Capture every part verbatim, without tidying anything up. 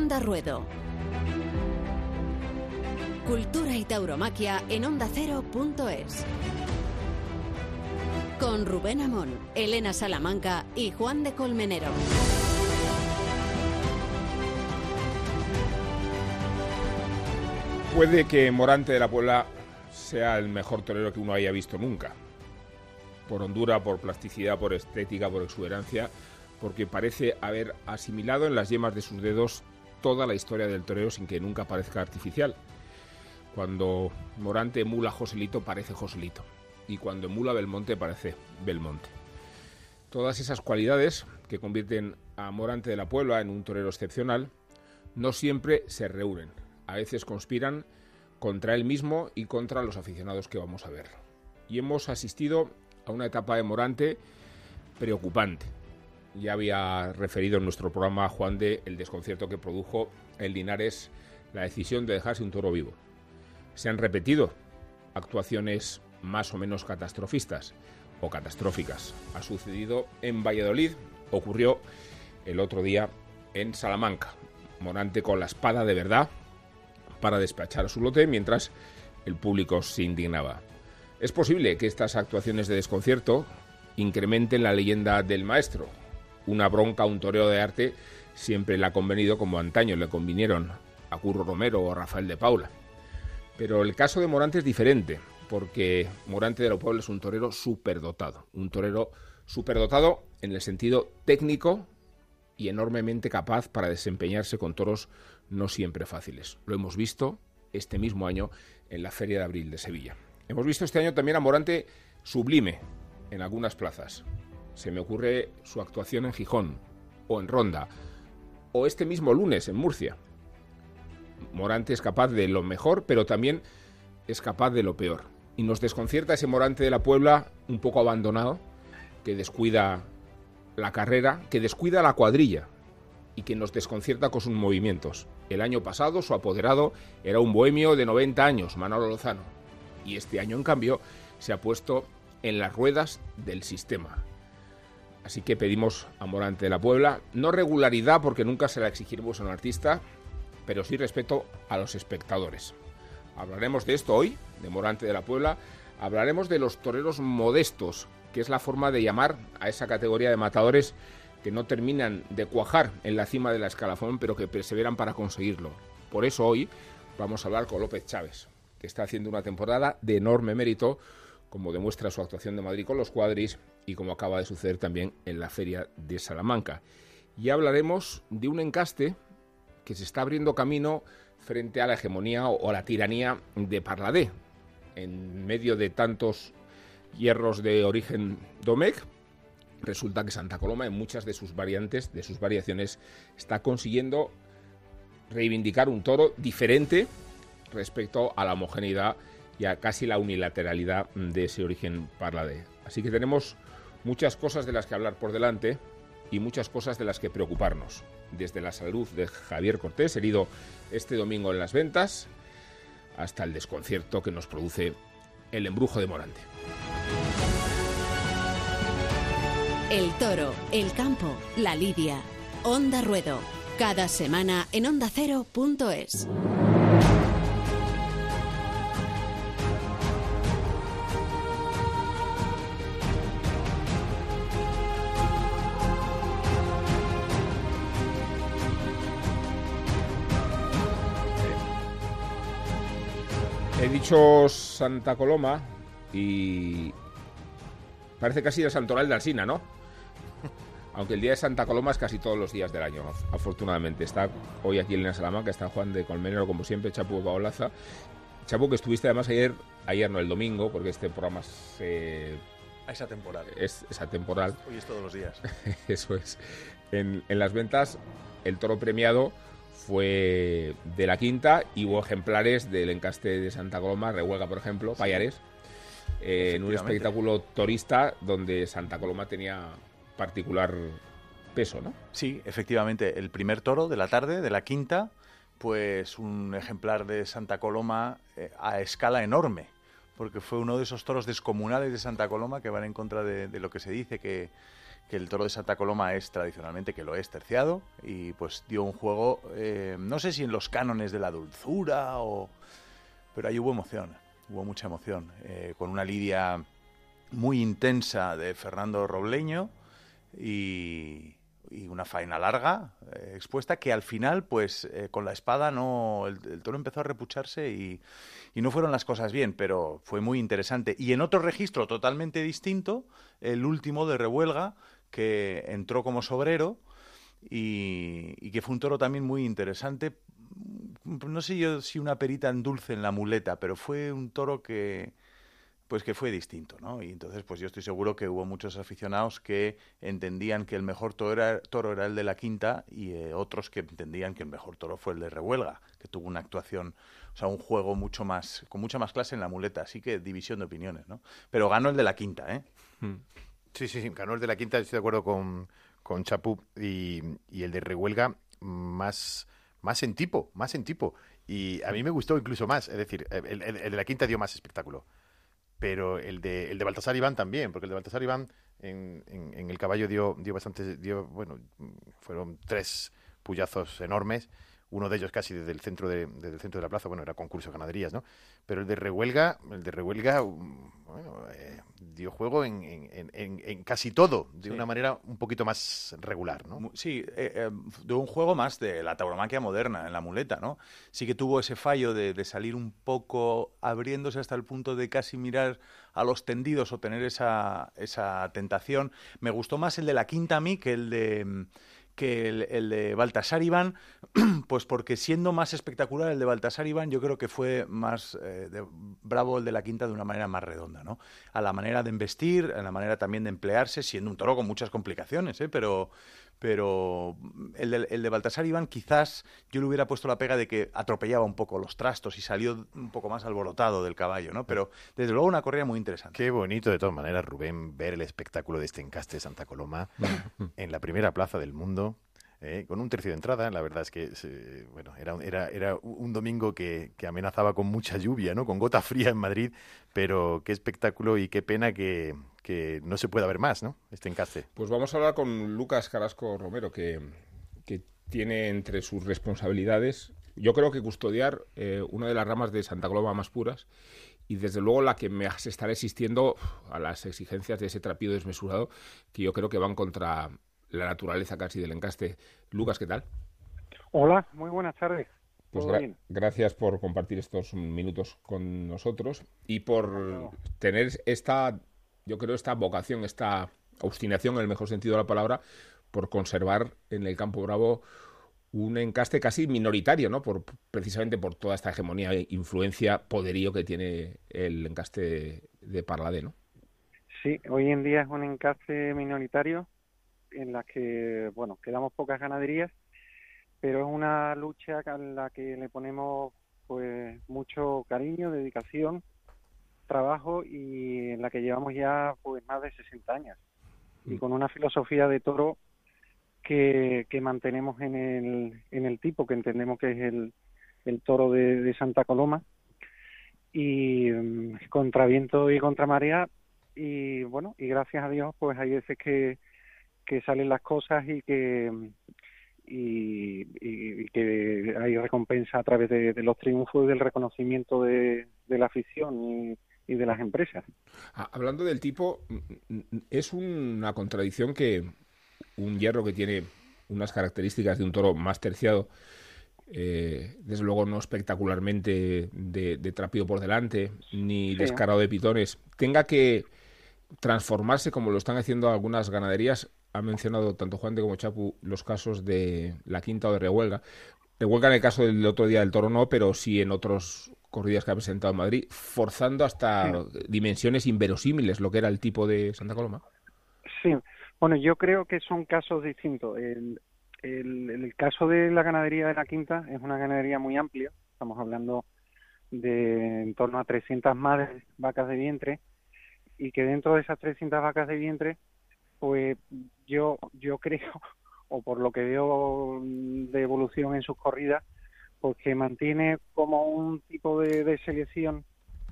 Onda Ruedo. Cultura y tauromaquia en onda cero punto es. Con Rubén Amón, Elena Salamanca y Juan de Colmenero. Puede que Morante de la Puebla sea el mejor torero que uno haya visto nunca. Por hondura, por plasticidad, por estética, por exuberancia, porque parece haber asimilado en las yemas de sus dedos toda la historia del torero sin que nunca parezca artificial. Cuando Morante emula a Joselito, parece Joselito. Y cuando emula a Belmonte, parece Belmonte. Todas esas cualidades que convierten a Morante de la Puebla en un torero excepcional no siempre se reúnen. A veces conspiran contra él mismo y contra los aficionados que vamos a ver. Y hemos asistido a una etapa de Morante preocupante. Ya había referido en nuestro programa, Juan, de el desconcierto que produjo en Linares la decisión de dejarse un toro vivo. Se han repetido actuaciones más o menos catastrofistas o catastróficas. Ha sucedido en Valladolid, ocurrió el otro día en Salamanca. Morante con la espada de verdad para despachar a su lote mientras el público se indignaba. Es posible que estas actuaciones de desconcierto incrementen la leyenda del maestro. Una bronca a un torero de arte siempre le ha convenido, como antaño le convinieron a Curro Romero o a Rafael de Paula. Pero el caso de Morante es diferente, porque Morante de la Puebla es un torero superdotado. Un torero superdotado en el sentido técnico y enormemente capaz para desempeñarse con toros no siempre fáciles. Lo hemos visto este mismo año en la Feria de Abril de Sevilla. Hemos visto este año también a Morante sublime en algunas plazas. Se me ocurre su actuación en Gijón o en Ronda, o este mismo lunes en Murcia. Morante es capaz de lo mejor, pero también es capaz de lo peor. Y nos desconcierta ese Morante de la Puebla un poco abandonado, que descuida la carrera, que descuida la cuadrilla y que nos desconcierta con sus movimientos. El año pasado su apoderado era un bohemio de noventa años, Manolo Lozano. Y este año, en cambio, se ha puesto en las ruedas del sistema. Así que pedimos a Morante de la Puebla, no regularidad porque nunca se la exigiremos a un artista, pero sí respeto a los espectadores. Hablaremos de esto hoy, de Morante de la Puebla. Hablaremos de los toreros modestos, que es la forma de llamar a esa categoría de matadores que no terminan de cuajar en la cima del escalafón, pero que perseveran para conseguirlo. Por eso hoy vamos a hablar con López Chávez, que está haciendo una temporada de enorme mérito, como demuestra su actuación de Madrid con los cuadris y como acaba de suceder también en la Feria de Salamanca. Y hablaremos de un encaste que se está abriendo camino frente a la hegemonía o a la tiranía de Parladé. En medio de tantos hierros de origen Domecq, resulta que Santa Coloma, en muchas de sus variantes, de sus variaciones, está consiguiendo reivindicar un toro diferente respecto a la homogeneidad y a casi la unilateralidad de ese origen Parladé. Así que tenemos muchas cosas de las que hablar por delante y muchas cosas de las que preocuparnos. Desde la salud de Javier Cortés, herido este domingo en Las Ventas, hasta el desconcierto que nos produce el embrujo de Morante. El toro, el campo, la lidia. Onda Ruedo. Cada semana en onda cero punto es. He dicho Santa Coloma y parece casi el santoral de Alsina, ¿no? Aunque el día de Santa Coloma es casi todos los días del año, afortunadamente. Está hoy aquí en Salamanca, está Juan de Colmenero, como siempre, Chapu Paolaza. Chapu, que estuviste además ayer, ayer no, el domingo, porque este programa se... Es atemporal. Es, es atemporal. Hoy es todos los días. Eso es. En, en Las Ventas, el toro premiado fue de la quinta y hubo ejemplares del encaste de Santa Coloma, Rehuelga, por ejemplo, sí. Payares, eh, en un espectáculo torista donde Santa Coloma tenía particular peso, ¿no? Sí, efectivamente. El primer toro de la tarde, de la quinta, pues un ejemplar de Santa Coloma eh, a escala enorme, porque fue uno de esos toros descomunales de Santa Coloma que van en contra de, de lo que se dice que, que el toro de Santa Coloma es tradicionalmente, que lo es, terciado, y pues dio un juego, eh, no sé si en los cánones de la dulzura, o pero ahí hubo emoción, hubo mucha emoción, eh, con una lidia muy intensa de Fernando Robleño y, y una faena larga eh, expuesta que al final, pues eh, con la espada no el, el toro empezó a repucharse y, y no fueron las cosas bien, pero fue muy interesante. Y en otro registro totalmente distinto, el último de Revuelga, que entró como sobrero y, y que fue un toro también muy interesante. No sé yo si una perita en dulce en la muleta, pero fue un toro que pues que fue distinto, ¿no? Y entonces pues yo estoy seguro que hubo muchos aficionados que entendían que el mejor toro era, toro era el de la Quinta y eh, otros que entendían que el mejor toro fue el de Revuelga, que tuvo una actuación, o sea, un juego mucho más, con mucha más clase en la muleta, así que división de opiniones, ¿no? Pero ganó el de la Quinta, ¿eh? Sí, sí, sí, ganó el de la Quinta, estoy de acuerdo con, con Chapú, y, y el de Revuelga más, más en tipo, más en tipo. Y a mí me gustó incluso más, es decir, el, el, el de la Quinta dio más espectáculo. Pero el de el de Baltasar Iván también, porque el de Baltasar Iván en, en, en el caballo dio dio bastante, dio bueno, fueron tres puyazos enormes, uno de ellos casi desde el centro de desde el centro de la plaza, bueno, era concurso de ganaderías, ¿no? Pero el de Revuelga, el de Revuelga, bueno, eh, dio juego en, en, en, en casi todo, de sí. una manera un poquito más regular, ¿no? Sí, eh, eh, de un juego más de la tauromaquia moderna en la muleta, ¿no? Sí que tuvo ese fallo de, de salir un poco abriéndose hasta el punto de casi mirar a los tendidos o tener esa, esa tentación. Me gustó más el de la Quinta a mí que el de... que el, el de Baltasar Iván, pues porque siendo más espectacular el de Baltasar Iván, yo creo que fue más eh, de, bravo el de la Quinta de una manera más redonda, ¿no? A la manera de embestir, a la manera también de emplearse, siendo un toro con muchas complicaciones, ¿eh? Pero, pero el de, el de Baltasar Iván quizás yo le hubiera puesto la pega de que atropellaba un poco los trastos y salió un poco más alborotado del caballo, ¿no? Pero desde luego una corrida muy interesante. Qué bonito de todas maneras, Rubén, ver el espectáculo de este encaste de Santa Coloma en la primera plaza del mundo. Eh, con un tercio de entrada, la verdad es que eh, bueno, era, era, era un domingo que, que amenazaba con mucha lluvia, ¿no? Con gota fría en Madrid, pero qué espectáculo y qué pena que, que no se pueda ver más, ¿no? Este encaste. Pues vamos a hablar con Lucas Carrasco Romero, que, que tiene entre sus responsabilidades, yo creo que custodiar eh, una de las ramas de Santa Coloma más puras y desde luego la que me se estará existiendo a las exigencias de ese trapío desmesurado que yo creo que van contra la naturaleza casi del encaste. Lucas, ¿qué tal? Hola, muy buenas tardes. Pues gra- gracias por compartir estos minutos con nosotros y por no. tener esta, yo creo, esta vocación, esta obstinación, en el mejor sentido de la palabra, por conservar en el Campo Bravo un encaste casi minoritario, ¿no? Por, precisamente por toda esta hegemonía, influencia, poderío que tiene el encaste de, de Parladé, ¿no? Sí, hoy en día es un encaste minoritario en la que, bueno, quedamos pocas ganaderías, pero es una lucha en la que le ponemos pues mucho cariño, dedicación, trabajo y en la que llevamos ya pues más de sesenta años y con una filosofía de toro que, que mantenemos en el, en el tipo que entendemos que es el, el toro de, de Santa Coloma y um, contra viento y contra marea y bueno, y gracias a Dios pues hay veces que que salen las cosas y que y, y, y que hay recompensa a través de, de los triunfos y del reconocimiento de, de la afición y, y de las empresas. Hablando del tipo, es una contradicción que un hierro que tiene unas características de un toro más terciado, eh, desde luego no espectacularmente de, de trapío por delante, ni sí. descarado de pitones, tenga que transformarse como lo están haciendo algunas ganaderías. Ha mencionado tanto Juante como Chapu los casos de la Quinta o de Revuelga. Revuelga en el caso del otro día del toro no, pero sí en otros corridas que ha presentado en Madrid, forzando hasta sí. dimensiones inverosímiles lo que era el tipo de Santa Coloma. Sí, bueno, yo creo que son casos distintos. El, el, el caso de la ganadería de la Quinta es una ganadería muy amplia. Estamos hablando de en torno a trescientas madres vacas de vientre y que dentro de esas trescientas vacas de vientre pues yo yo creo, o por lo que veo de evolución en sus corridas, pues que mantiene como un tipo de, de selección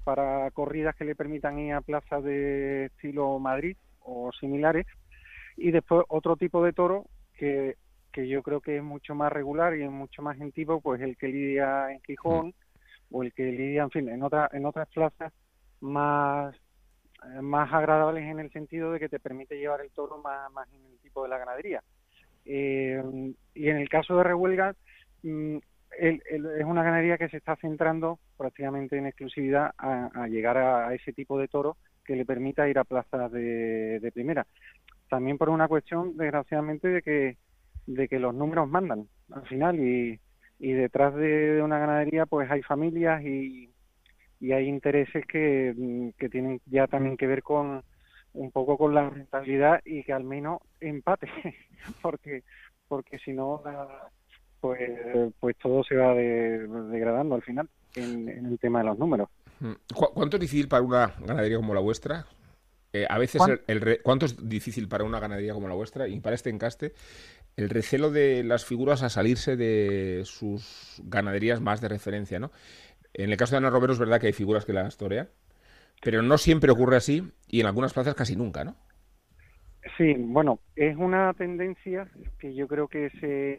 para corridas que le permitan ir a plazas de estilo Madrid o similares, y después otro tipo de toro que, que yo creo que es mucho más regular y es mucho más gentío, pues el que lidia en Gijón, mm. o el que lidia, en fin, en, otra, en otras plazas más más agradables en el sentido de que te permite llevar el toro más, más en el tipo de la ganadería. Eh, y en el caso de Revuelga, mm, el, el, es una ganadería que se está centrando prácticamente en exclusividad a, a llegar a, a ese tipo de toro que le permita ir a plazas de, de primera. También por una cuestión, desgraciadamente, de que de que los números mandan al final, y, y detrás de, de una ganadería pues hay familias y y hay intereses que, que tienen ya también que ver con un poco con la rentabilidad y que al menos empate, porque porque si no, pues pues todo se va de, degradando al final en, en el tema de los números. ¿Cu- ¿Cuánto es difícil para una ganadería como la vuestra? Eh, a veces el, el re, ¿cuánto es difícil para una ganadería como la vuestra y para este encaste el recelo de las figuras a salirse de sus ganaderías más de referencia, ¿no? En el caso de Ana Romero es verdad que hay figuras que las torean, pero no siempre ocurre así y en algunas plazas casi nunca, ¿no? Sí, bueno, es una tendencia que yo creo que se...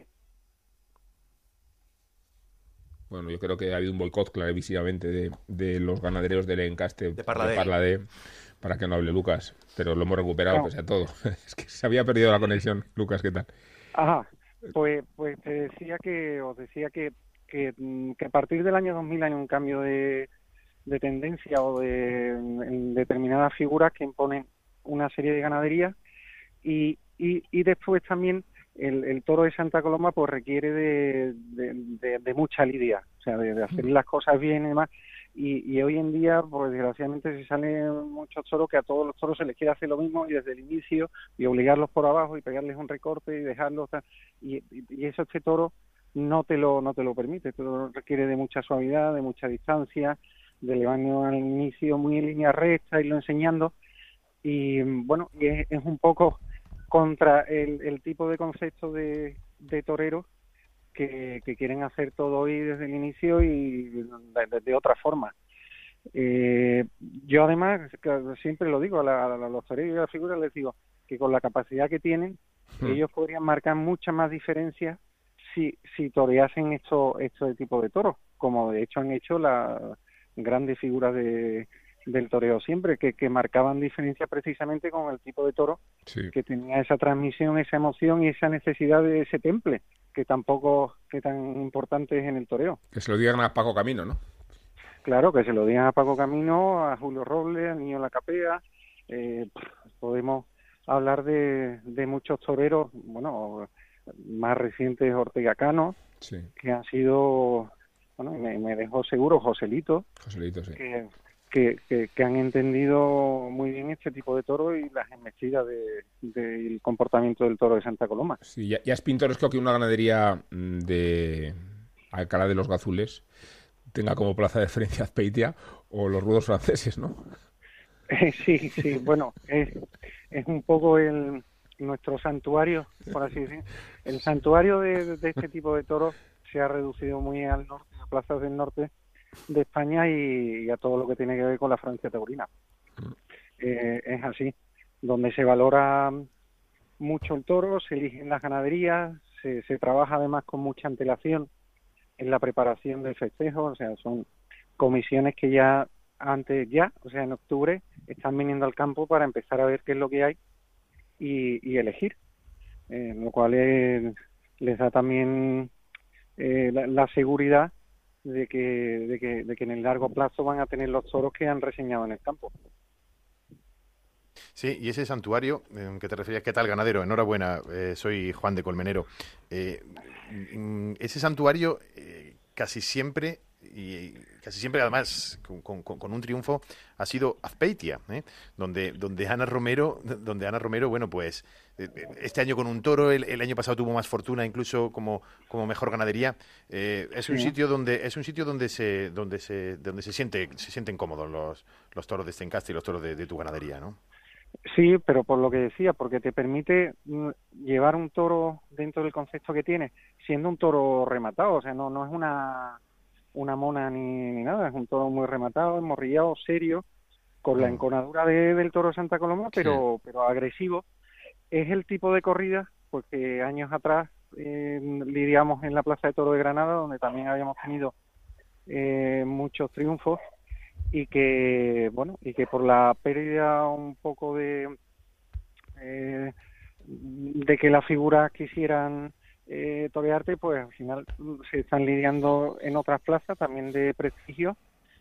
Bueno, yo creo que ha habido un boicot clarísimamente de, de los ganaderos del encaste de Parladé. de Parladé para que no hable Lucas, pero lo hemos recuperado, no. pese a todo. Es que se había perdido la conexión. Lucas, ¿qué tal? Ajá, pues, pues te decía que, os decía que Que, que a partir del año dos mil hay un cambio de, de tendencia o de en determinadas figuras que imponen una serie de ganaderías y, y, y después también el, el toro de Santa Coloma pues requiere de, de, de, de mucha lidia, o sea, de, de hacer las cosas bien y demás. Y, y hoy en día, pues desgraciadamente se salen muchos toros que a todos los toros se les quiere hacer lo mismo y desde el inicio y obligarlos por abajo y pegarles un recorte y dejarlos y, y, y eso este toro no te lo no te lo permite, esto requiere de mucha suavidad, de mucha distancia, de llevarlo al inicio muy en línea recta, irlo enseñando y bueno, y es, es un poco contra el, el tipo de concepto de, de toreros que, que quieren hacer todo hoy desde el inicio y de, de otra forma. Eh, yo además, siempre lo digo a, la, a los toreros y a las figuras, les digo que con la capacidad que tienen, hmm. ellos podrían marcar muchas más diferencias si, si toreasen esto, este tipo de toros, como de hecho han hecho las grandes figuras de, del toreo siempre, que, que marcaban diferencia precisamente con el tipo de toro sí. que tenía esa transmisión, esa emoción y esa necesidad de ese temple, que tampoco que tan importante es en el toreo. Que se lo digan a Paco Camino, ¿no? Claro, que se lo digan a Paco Camino, a Julio Robles, al Niño La Capea, eh, podemos hablar de, de muchos toreros, bueno, más recientes Ortega Cano, sí. que han sido, bueno, me, me dejó seguro Joselito, Joselito sí. que, que, que, que han entendido muy bien este tipo de toro y las embestidas del de, de comportamiento del toro de Santa Coloma. Sí, ya, ya es pintoresco que una ganadería de Alcalá de los Gazules tenga como plaza de referencia Azpeitia o los rudos franceses, ¿no? Sí, sí, bueno, es, es un poco el nuestro santuario, por así decir. El santuario de, de este tipo de toros se ha reducido muy al norte, a plazas del norte de España y, y a todo lo que tiene que ver con la Francia taurina. Eh, es así, donde se valora mucho el toro, se eligen las ganaderías, se, se trabaja además con mucha antelación en la preparación del festejo, o sea, son comisiones que ya antes ya, o sea, en octubre, están viniendo al campo para empezar a ver qué es lo que hay y, y elegir, eh, lo cual es, les da también eh, la, la seguridad de que, de, que, de que en el largo plazo van a tener los toros que han reseñado en el campo. Sí, y ese santuario, eh, que te referías, ¿qué tal, ganadero? Enhorabuena, eh, soy Juan de Colmenero. Eh, ese santuario eh, casi siempre, y casi siempre además con, con, con un triunfo, ha sido Azpeitia, ¿eh? donde donde Ana Romero, donde Ana Romero, bueno, pues este año con un toro, el, el año pasado tuvo más fortuna, incluso como, como mejor ganadería. Eh, es un Sí. sitio donde es un sitio donde se donde se donde se siente se sienten cómodos los los toros de este encaste y los toros de, de tu ganadería, ¿no? Sí, pero por lo que decía, porque te permite mm, llevar un toro dentro del concepto que tiene, siendo un toro rematado, o sea, no no es una una mona ni, ni nada, es un toro muy rematado, morrillado, serio, con la Mm. enconadura de, del toro de Santa Coloma, pero, Sí. pero agresivo. Es el tipo de corrida, porque años atrás eh, lidiamos en la Plaza de Toro de Granada, donde también habíamos tenido eh, muchos triunfos, y que, bueno, y que por la pérdida un poco de eh, de que las figuras quisieran eh, torearte, pues al final se están lidiando en otras plazas también de prestigio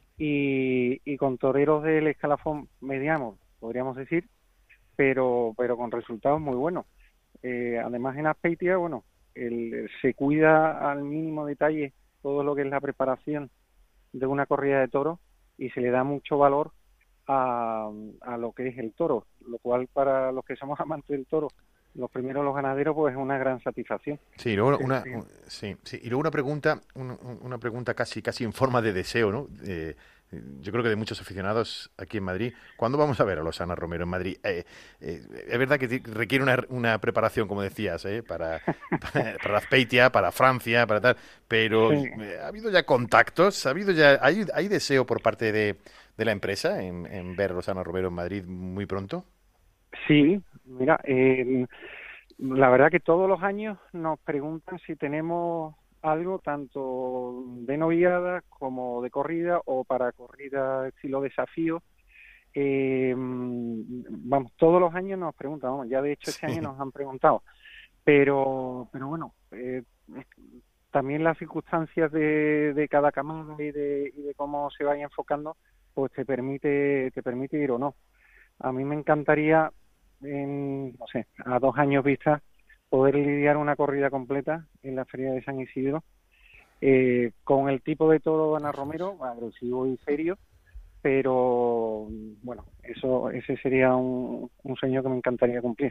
y, y con toreros del escalafón mediano, podríamos decir, pero pero con resultados muy buenos. Eh, además en Azpeitia, bueno, el, se cuida al mínimo detalle todo lo que es la preparación de una corrida de toros y se le da mucho valor a, a lo que es el toro, lo cual para los que somos amantes del toro, los primeros los ganaderos, pues es una gran satisfacción. Sí, y luego Sí, una, sí. un- sí, sí, y luego una pregunta, un- un- una pregunta casi, casi en forma de deseo, ¿no? Eh, yo creo que de muchos aficionados aquí en Madrid. ¿Cuándo vamos a ver a los Ana Romero en Madrid? Eh, eh, es verdad que ti- requiere una, una preparación, como decías, ¿eh? Para, para, para Azpeitia, para Francia, para tal, pero Sí, eh, ¿ha habido ya contactos? ¿Ha habido ya, hay, hay deseo por parte de, de la empresa en, en ver a los Ana Romero en Madrid muy pronto? sí, mira, eh, la verdad que todos los años nos preguntan si tenemos algo tanto de noviada como de corrida o para corrida estilo desafío. Eh, vamos, todos los años nos preguntan, vamos, ya de hecho este año Sí. nos han preguntado, pero pero bueno, eh, también las circunstancias de, de cada camada y de, y de cómo se vaya enfocando, pues te permite te permite ir o no. A mí me encantaría, en, no sé, a dos años vista, poder lidiar una corrida completa en la Feria de San Isidro, eh, con el tipo de toro de Ana Romero, agresivo y serio, pero bueno, eso ese sería un, un sueño que me encantaría cumplir,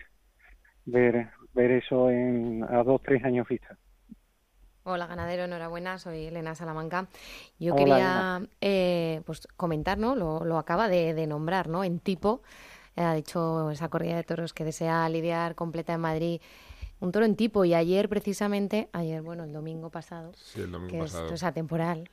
ver ver eso en a dos, tres años vista. Hola ganadero, enhorabuena, soy Elena Salamanca. Yo Hola, Elena. quería eh, pues comentar, ¿no? Lo, lo acaba de, de nombrar, ¿no? En tipo, eh, ha dicho esa corrida de toros que desea lidiar completa en Madrid, un toro en tipo. Y ayer precisamente, ayer, bueno, el domingo pasado, Sí, el domingo que es pasado. o sea, temporal,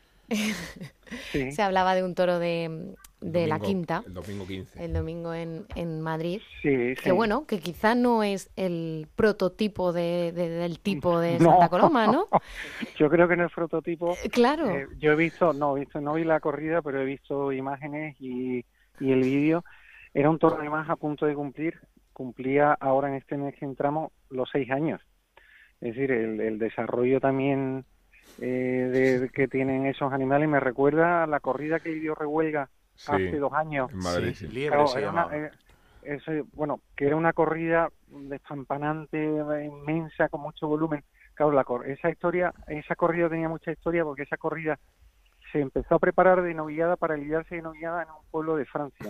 Sí, se hablaba de un toro de, El de la domingo- Quinta, El domingo quince. el domingo en, en Madrid. sí, Que sí. bueno, que quizá no es el prototipo de, de- del tipo de No, Santa Coloma, ¿no? yo creo que en el prototipo, Eh, Claro. eh, yo he visto, no, he visto, no vi la corrida, pero he visto imágenes y, y el vídeo. Era un toro además a punto de cumplir, cumplía ahora en este mes que entramos los seis años. Es decir, el, el desarrollo también eh, de, de que tienen esos animales me recuerda a la corrida que dio Rehuelga Sí, hace dos años. en Madrid, Sí, sí. Liebre Claro, se era una, llamaba. eh, ese, bueno, que era una corrida despampanante, eh, inmensa, con mucho volumen. Claro, la, cor- esa historia, esa corrida tenía mucha historia porque esa corrida se empezó a preparar de novillada para lidiarse de novillada en un pueblo de Francia.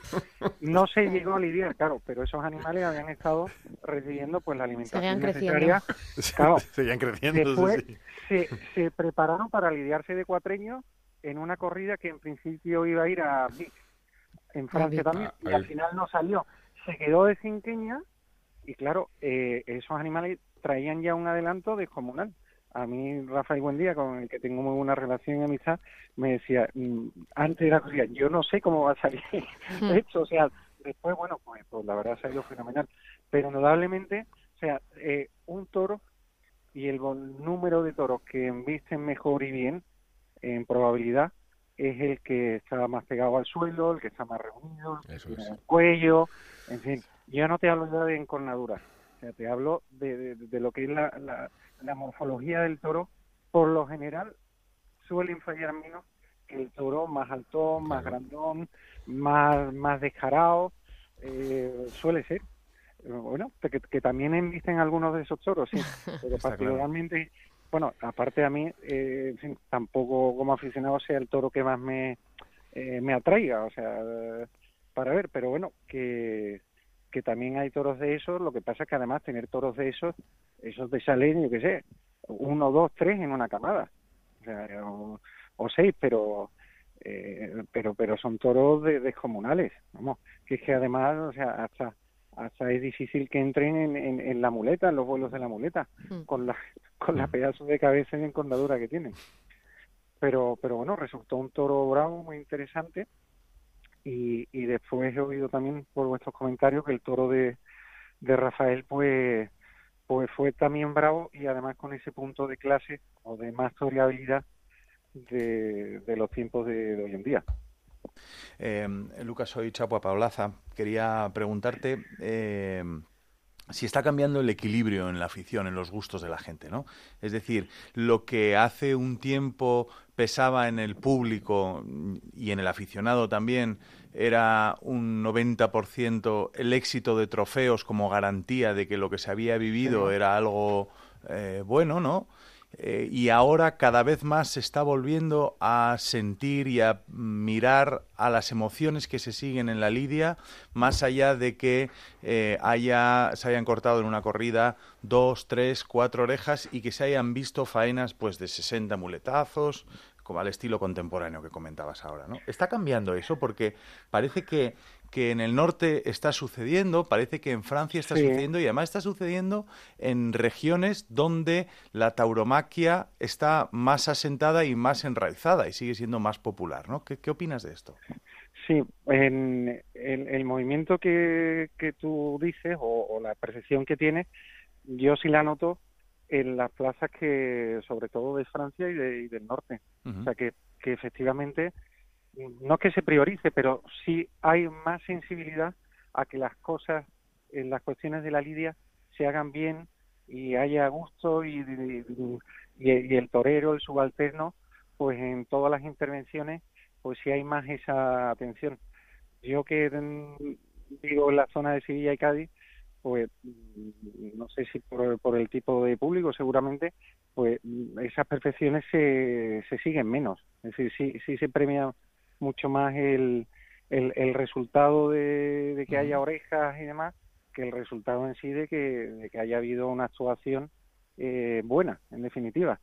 No se llegó a lidiar, claro, pero esos animales habían estado recibiendo pues la alimentación Seguían creciendo. necesaria. Claro, Seguían creciendo. sí, después sí. se, se prepararon para lidiarse de cuatreños en una corrida que en principio iba a ir a Vic, en Francia Vic. también, Ah, y al ahí. final no salió. Se quedó de cinqueña y claro, eh, esos animales traían ya un adelanto descomunal. A mí, Rafael Buendía, con el que tengo muy buena relación y amistad, me decía, mm, antes de la corrida, yo no sé cómo va a salir esto, o sea, después, bueno, pues, pues la verdad ha salido fenomenal, pero indudablemente, o sea, eh, un toro y el vol- número de toros que embisten mejor y bien, en probabilidad, es el que está más pegado al suelo, el que está más reunido, el que Eso tiene es. el cuello, en fin. Yo no te hablo ya de encornadura, o sea, te hablo de, de, de lo que es la, la, la morfología del toro. Por lo general, suelen fallar menos que el toro más alto, más Claro. grandón, más, más descarado, eh, suele ser. Eh, Bueno, que, que también embisten algunos de esos toros, sí, pero Está claro. particularmente, bueno, aparte a mí, eh, en fin, tampoco como aficionado sea el toro que más me, eh, me atraiga, o sea, eh, para ver, pero bueno, que, que también hay toros de esos, lo que pasa es que además tener toros de esos, esos te salen, yo qué sé, uno, dos, tres en una camada, o sea, o, o seis, pero eh, pero pero son toros de, descomunales, vamos, que es que además, o sea, hasta hasta es difícil que entren en, en, en la muleta, en los vuelos de la muleta, Mm. con la con la Mm. pedazo de cabeza y encornadura que tienen. pero pero bueno, resultó un toro bravo, muy interesante. Y, y después he oído también por vuestros comentarios que el toro de, de Rafael pues pues fue también bravo, y además con ese punto de clase o de más toreabilidad de, de los tiempos de, de hoy en día. Eh, Lucas, soy Chapo Paulaza. Quería preguntarte eh, si está cambiando el equilibrio en la afición, en los gustos de la gente, ¿no? Es decir, lo que hace un tiempo pesaba en el público y en el aficionado también era un noventa por ciento el éxito de trofeos como garantía de que lo que se había vivido era algo eh, bueno, ¿no? Eh, y ahora cada vez más se está volviendo a sentir y a mirar a las emociones que se siguen en la lidia, más allá de que eh, haya, se hayan cortado en una corrida dos, tres, cuatro orejas y que se hayan visto faenas pues de sesenta muletazos, como al estilo contemporáneo que comentabas ahora, ¿no? Está cambiando eso porque parece que, que en el norte está sucediendo, parece que en Francia está sí. sucediendo, y además está sucediendo en regiones donde la tauromaquia está más asentada y más enraizada y sigue siendo más popular, ¿no? ¿Qué, qué opinas de esto? Sí, en el, el movimiento que, que tú dices o, o la percepción que tienes, yo sí la noto en las plazas que, sobre todo de Francia y, de, y del norte. Uh-huh. O sea, que, que efectivamente, no es que se priorice, pero sí hay más sensibilidad a que las cosas, en las cuestiones de la lidia, se hagan bien y haya gusto y, y, y, y el torero, el subalterno, pues en todas las intervenciones, pues sí hay más esa atención. Yo que vivo en la zona de Sevilla y Cádiz, pues no sé si por, por el tipo de público seguramente, pues esas perfecciones se, se siguen menos. Es decir, sí, sí se premia mucho más el, el, el resultado de, de que haya orejas y demás, que el resultado en sí de que, de que haya habido una actuación eh, buena, en definitiva.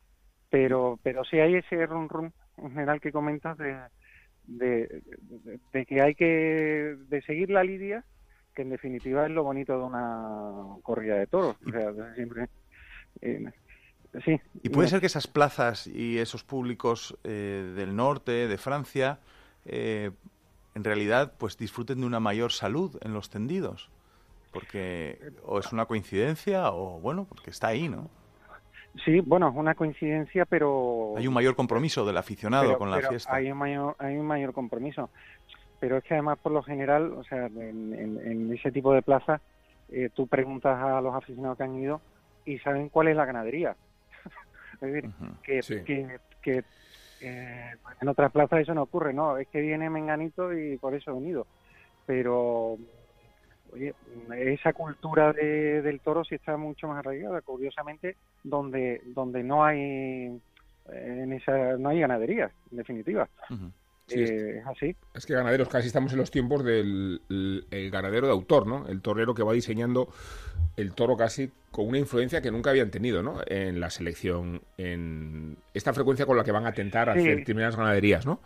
Pero pero sí hay ese run run en general que comentas de, de, de, de que hay que de seguir la lidia, que en definitiva es lo bonito de una corrida de toros. O sea, siempre eh, sí. Y puede ser que esas plazas y esos públicos eh, del norte, de Francia, eh, en realidad pues disfruten de una mayor salud en los tendidos, porque o es una coincidencia o bueno, porque está ahí, ¿no? Sí, bueno, es una coincidencia, pero hay un mayor compromiso del aficionado pero, con la pero fiesta. Hay un mayor, hay un mayor compromiso. Pero es que además, por lo general, o sea, en, en, en ese tipo de plazas, eh, tú preguntas a los aficionados que han ido y saben cuál es la ganadería. Es decir, uh-huh, que, sí. que, que eh, en otras plazas eso no ocurre, ¿no? Es que viene Menganito y por eso he unido. Pero, oye, esa cultura de, del toro sí está mucho más arraigada, curiosamente, donde donde no hay en esa no hay ganaderías, en definitiva. Uh-huh. Sí, eh, es así. Es que ganaderos, casi estamos en los tiempos del el, el ganadero de autor, ¿no? El torero que va diseñando el toro casi con una influencia que nunca habían tenido, ¿no? En la selección, en esta frecuencia con la que van a tentar sí. hacer determinadas ganaderías, ¿no?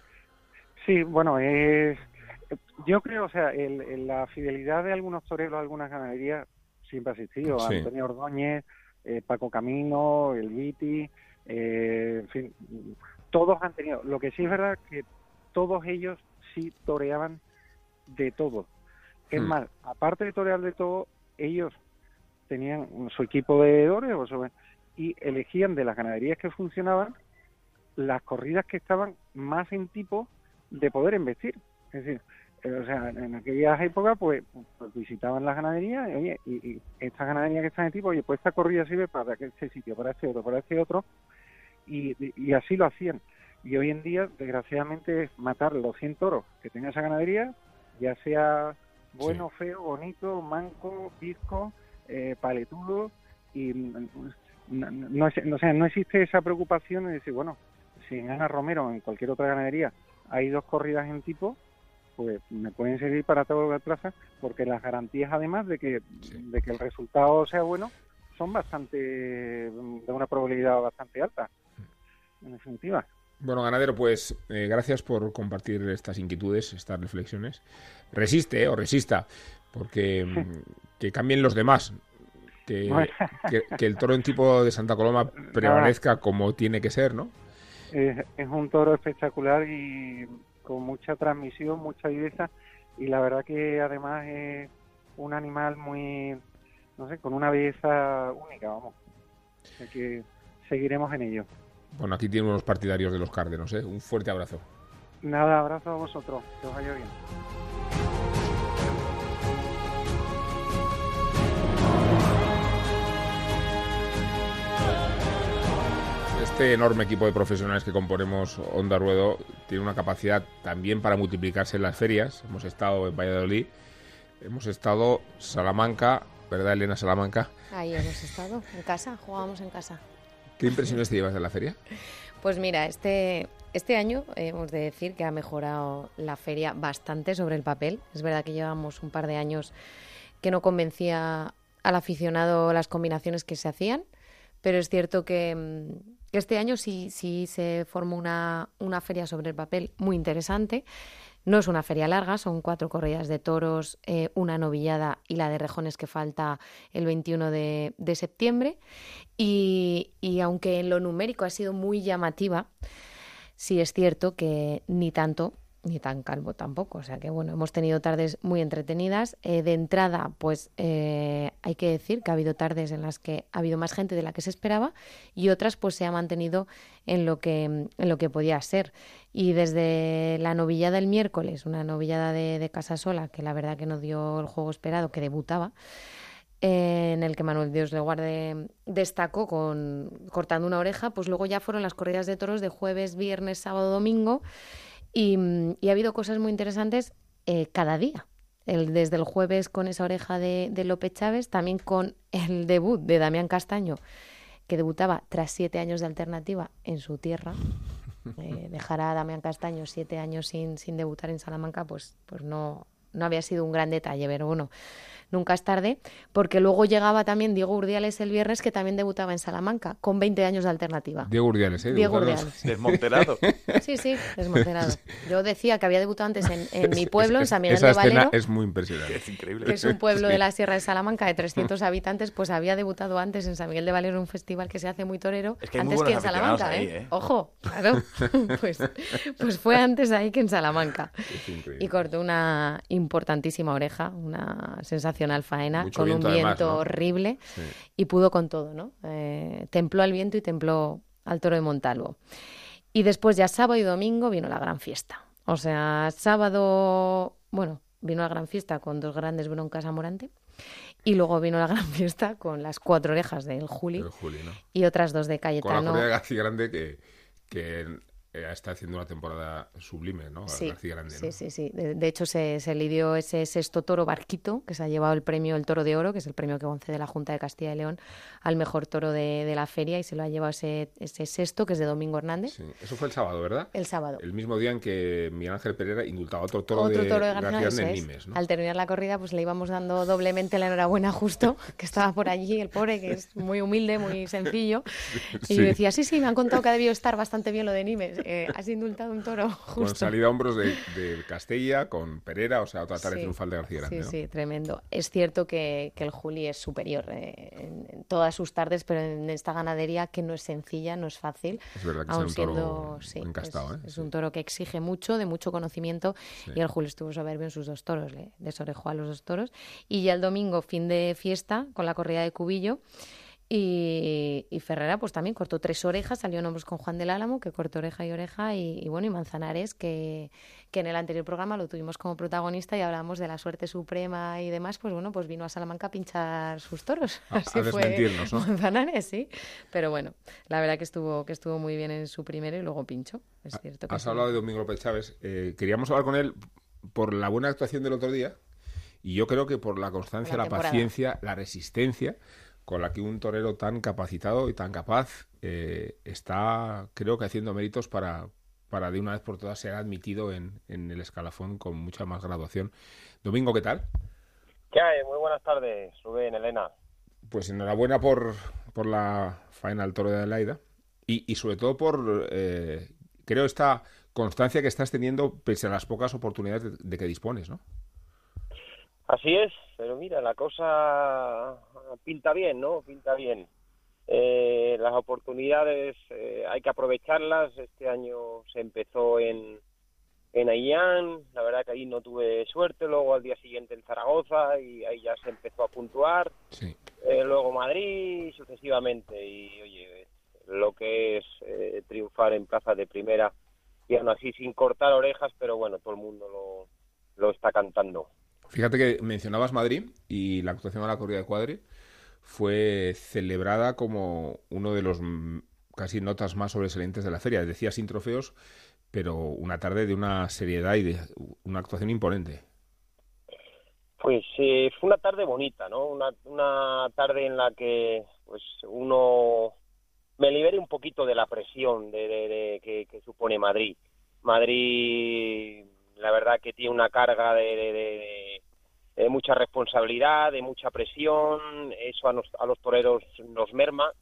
Sí, bueno, es... yo creo, o sea, el, el, la fidelidad de algunos toreros a algunas ganaderías siempre ha existido. Sí. Antonio Ordóñez, eh, Paco Camino, el Viti, eh, en fin, todos han tenido. Lo que sí es verdad que todos ellos sí toreaban de todo. Es hmm. más, aparte de torear de todo, ellos tenían su equipo de toreros y elegían de las ganaderías que funcionaban las corridas que estaban más en tipo de poder embestir. Es decir, eh, o sea, en aquellas épocas pues, pues visitaban las ganaderías y, oye, y, y estas ganaderías que están en tipo, oye, pues esta corrida sirve para este sitio, para este otro, para este otro, y, y así lo hacían. Y hoy en día, desgraciadamente, es matar los cien toros que tenga esa ganadería, ya sea bueno, sí. feo, bonito, manco, pisco, eh, paletudo, y no, no, no, o sea, no existe esa preocupación de decir, bueno, si en Ana Romero o en cualquier otra ganadería hay dos corridas en tipo, pues me pueden servir para toda la plaza, porque las garantías, además de que, sí. de que el resultado sea bueno, son bastante, de una probabilidad bastante alta, en definitiva. Bueno, ganadero, pues eh, gracias por compartir estas inquietudes, estas reflexiones. Resiste, eh, o resista, porque que cambien los demás, que, que, que el toro en tipo de Santa Coloma prevalezca como tiene que ser, ¿no? Es, es un toro espectacular y con mucha transmisión, mucha viveza, y la verdad que además es un animal muy, no sé, con una belleza única, vamos. O sea que seguiremos en ello. Bueno, aquí tienen unos partidarios de los Cárdenos, ¿eh? Un fuerte abrazo. Nada, abrazo a vosotros, que os vaya bien. Este enorme equipo de profesionales que componemos Onda Ruedo tiene una capacidad también para multiplicarse en las ferias. Hemos estado en Valladolid, hemos estado en Salamanca, ¿verdad, Elena? Salamanca. Ahí hemos estado, en casa, jugábamos en casa. ¿Qué impresiones te llevas de la feria? Pues mira, este, este año eh, hemos de decir que ha mejorado la feria bastante sobre el papel. Es verdad que llevamos un par de años que no convencía al aficionado las combinaciones que se hacían, pero es cierto que, que este año sí, sí se formó una, una feria sobre el papel muy interesante. No es una feria larga, son cuatro corridas de toros, eh, una novillada y la de rejones que falta el veintiuno de, de septiembre. Y, y aunque en lo numérico ha sido muy llamativa, sí es cierto que ni tanto ni tan calvo tampoco. O sea que bueno, hemos tenido tardes muy entretenidas. Eh, de entrada, pues eh, hay que decir que ha habido tardes en las que ha habido más gente de la que se esperaba y otras pues se ha mantenido en lo que, en lo que podía ser. Y desde la novillada el miércoles, una novillada de, de Casasola, que la verdad que no dio el juego esperado, que debutaba, eh, en el que Manuel Dios le guarde destacó con cortando una oreja, pues luego ya fueron las corridas de toros de jueves, viernes, sábado, domingo. Y, y ha habido cosas muy interesantes eh, cada día. El, desde el jueves con esa oreja de, de López Chávez, también con el debut de Damián Castaño, que debutaba tras siete años de alternativa en su tierra. Eh, dejar a Damián Castaño siete años sin, sin debutar en Salamanca, pues, pues no, no había sido un gran detalle, pero bueno, nunca es tarde, porque luego llegaba también Diego Urdiales el viernes, que también debutaba en Salamanca, con veinte años de alternativa. Diego Urdiales, ¿eh? Diego Urdiales. Desmontelado. Sí, sí, desmontelado. Yo decía que había debutado antes en, en mi pueblo, en San Miguel Esa de Valero. escena es muy impresionante. Es increíble. Que es un pueblo Sí. de la Sierra de Salamanca de trescientos habitantes, pues había debutado antes en San Miguel de Valero, un festival que se hace muy torero, Es que hay muy antes que en buenos aficionados Salamanca, ahí, ¿eh? ¿eh? Ojo, claro. pues, pues fue antes ahí que en Salamanca. Es increíble. Y cortó una importantísima oreja, una sensacional faena, Mucho con viento, un viento además, ¿no? horrible, Sí. y pudo con todo, ¿no? Eh, templó al viento y templó al toro de Montalvo. Y después ya sábado y domingo vino la gran fiesta. O sea, sábado, bueno, vino la gran fiesta con dos grandes broncas a Morante, y luego vino la gran fiesta con las cuatro orejas del Juli, El Juli, ¿no? y otras dos de Con la Cayetano. corrida de García Grande que, que eh, está haciendo una temporada sublime, ¿no? Sí, García Grande, sí, ¿no? sí, sí. De, de hecho, se, se lidió ese sexto toro Barquito, que se ha llevado el premio El Toro de Oro, que es el premio que concede la Junta de Castilla y León al mejor toro de, de la feria, y se lo ha llevado ese, ese sexto, que es de Domingo Hernández, Sí. Eso fue el sábado, ¿verdad? el sábado. El mismo día en que Miguel Ángel Pereira indultaba otro toro, Otro de, toro de García García, eso Grande en es. Nimes, ¿no? Al terminar la corrida, pues le íbamos dando doblemente la enhorabuena justo, que estaba por allí, el pobre, que es muy humilde, muy sencillo. Y Sí. yo decía, sí, sí, me han contado que ha debido estar bastante bien lo de Nimes. Eh, has indultado un toro Con justo. salida a hombros de, de Castella, con Pereira, o sea, otra tarde Sí, triunfal de García Grande, Sí, ¿no? sí, tremendo. Es cierto que, que el Juli es superior eh, en, en todas sus tardes, pero en esta ganadería que no es sencilla, no es fácil. Es verdad que aun es un toro siendo, sí, encastado, es, ¿eh? es Sí. un toro que exige mucho, de mucho conocimiento, Sí. y el Juli estuvo soberbio en sus dos toros, le desorejó a los dos toros. Y ya el domingo, fin de fiesta, con la corrida de Cubillo. Y, y Ferrera pues también cortó tres orejas, salió en hombros con Juan del Álamo, que cortó oreja y oreja, y, y bueno, y Manzanares, que, que en el anterior programa lo tuvimos como protagonista y hablábamos de la suerte suprema y demás, pues bueno, pues vino a Salamanca a pinchar sus toros. A- a Así fue desmentirnos, ¿no? Manzanares, sí. Pero bueno, la verdad que estuvo, que estuvo muy bien en su primero y luego pinchó. Es cierto que Has sí. hablado de Domingo López Chávez. Eh, queríamos hablar con él por la buena actuación del otro día y yo creo que por la constancia, La la, temporada. paciencia, la resistencia con la que un torero tan capacitado y tan capaz eh, está, creo que haciendo méritos para, para de una vez por todas ser admitido en, en el escalafón con mucha más graduación. Domingo, ¿qué tal? ¿Qué hay? Muy buenas tardes, Rubén, Elena. Pues enhorabuena por, por la faena al toro de Adelaida y, y sobre todo por, eh, creo, esta constancia que estás teniendo pese a las pocas oportunidades de, de que dispones, ¿no? Así es, pero mira, la cosa pinta bien, ¿no? Pinta bien. Eh, las oportunidades eh, hay que aprovecharlas. Este año se empezó en, en Aillán, la verdad que ahí no tuve suerte, luego al día siguiente en Zaragoza y ahí ya se empezó a puntuar, Sí. eh, luego Madrid y sucesivamente. Y oye, lo que es eh, triunfar en plazas de primera y aún así sin cortar orejas, pero bueno, todo el mundo lo, lo está cantando. Fíjate que mencionabas Madrid y la actuación a la corrida de Cuadri fue celebrada como uno de los mm, casi notas más sobresalientes de la feria. Decía sin trofeos, pero una tarde de una seriedad y de una actuación imponente. Pues eh, fue una tarde bonita, ¿no? Una, una tarde en la que pues uno me libere un poquito de la presión de, de, de que, que supone Madrid. Madrid, la verdad que tiene una carga de, de, de, de mucha responsabilidad, de mucha presión, eso a, nos, a los toreros nos merma,